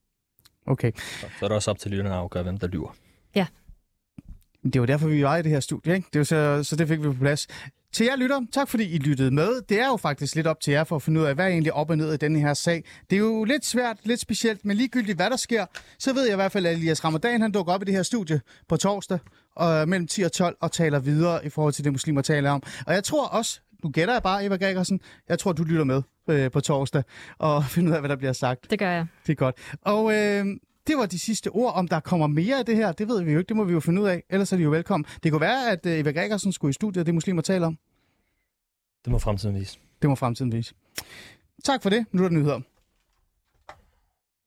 Okay. Så, så er det også op til lytterne at afgøre, hvem der lyver. Ja. Det var derfor, vi var i det her studie, ikke? Det var så, så det fik vi på plads. Til jer lytter, tak fordi I lyttede med. Det er jo faktisk lidt op til jer for at finde ud af, hvad er egentlig op og ned i denne her sag. Det er jo lidt svært, lidt specielt, men ligegyldigt hvad der sker, så ved jeg i hvert fald, at Elias Ramadan han dukker op i det her studie på torsdag og mellem ti og tolv og taler videre i forhold til det, muslimer taler om. Og jeg tror også, nu gætter jeg bare, Eva Gregersen, jeg tror, du lytter med øh, på torsdag og finder ud af, hvad der bliver sagt. Det gør jeg. Det er godt. Og øh, det var de sidste ord. Om der kommer mere af det her, det ved vi jo ikke. Det må vi jo finde ud af. Ellers er de jo velkommen. Det kunne være, at Eva Gregersen skulle i studiet, og det muslimer taler om. Det må fremtiden vise. Det må fremtiden vise. Tak for det. Nu er der nyheder.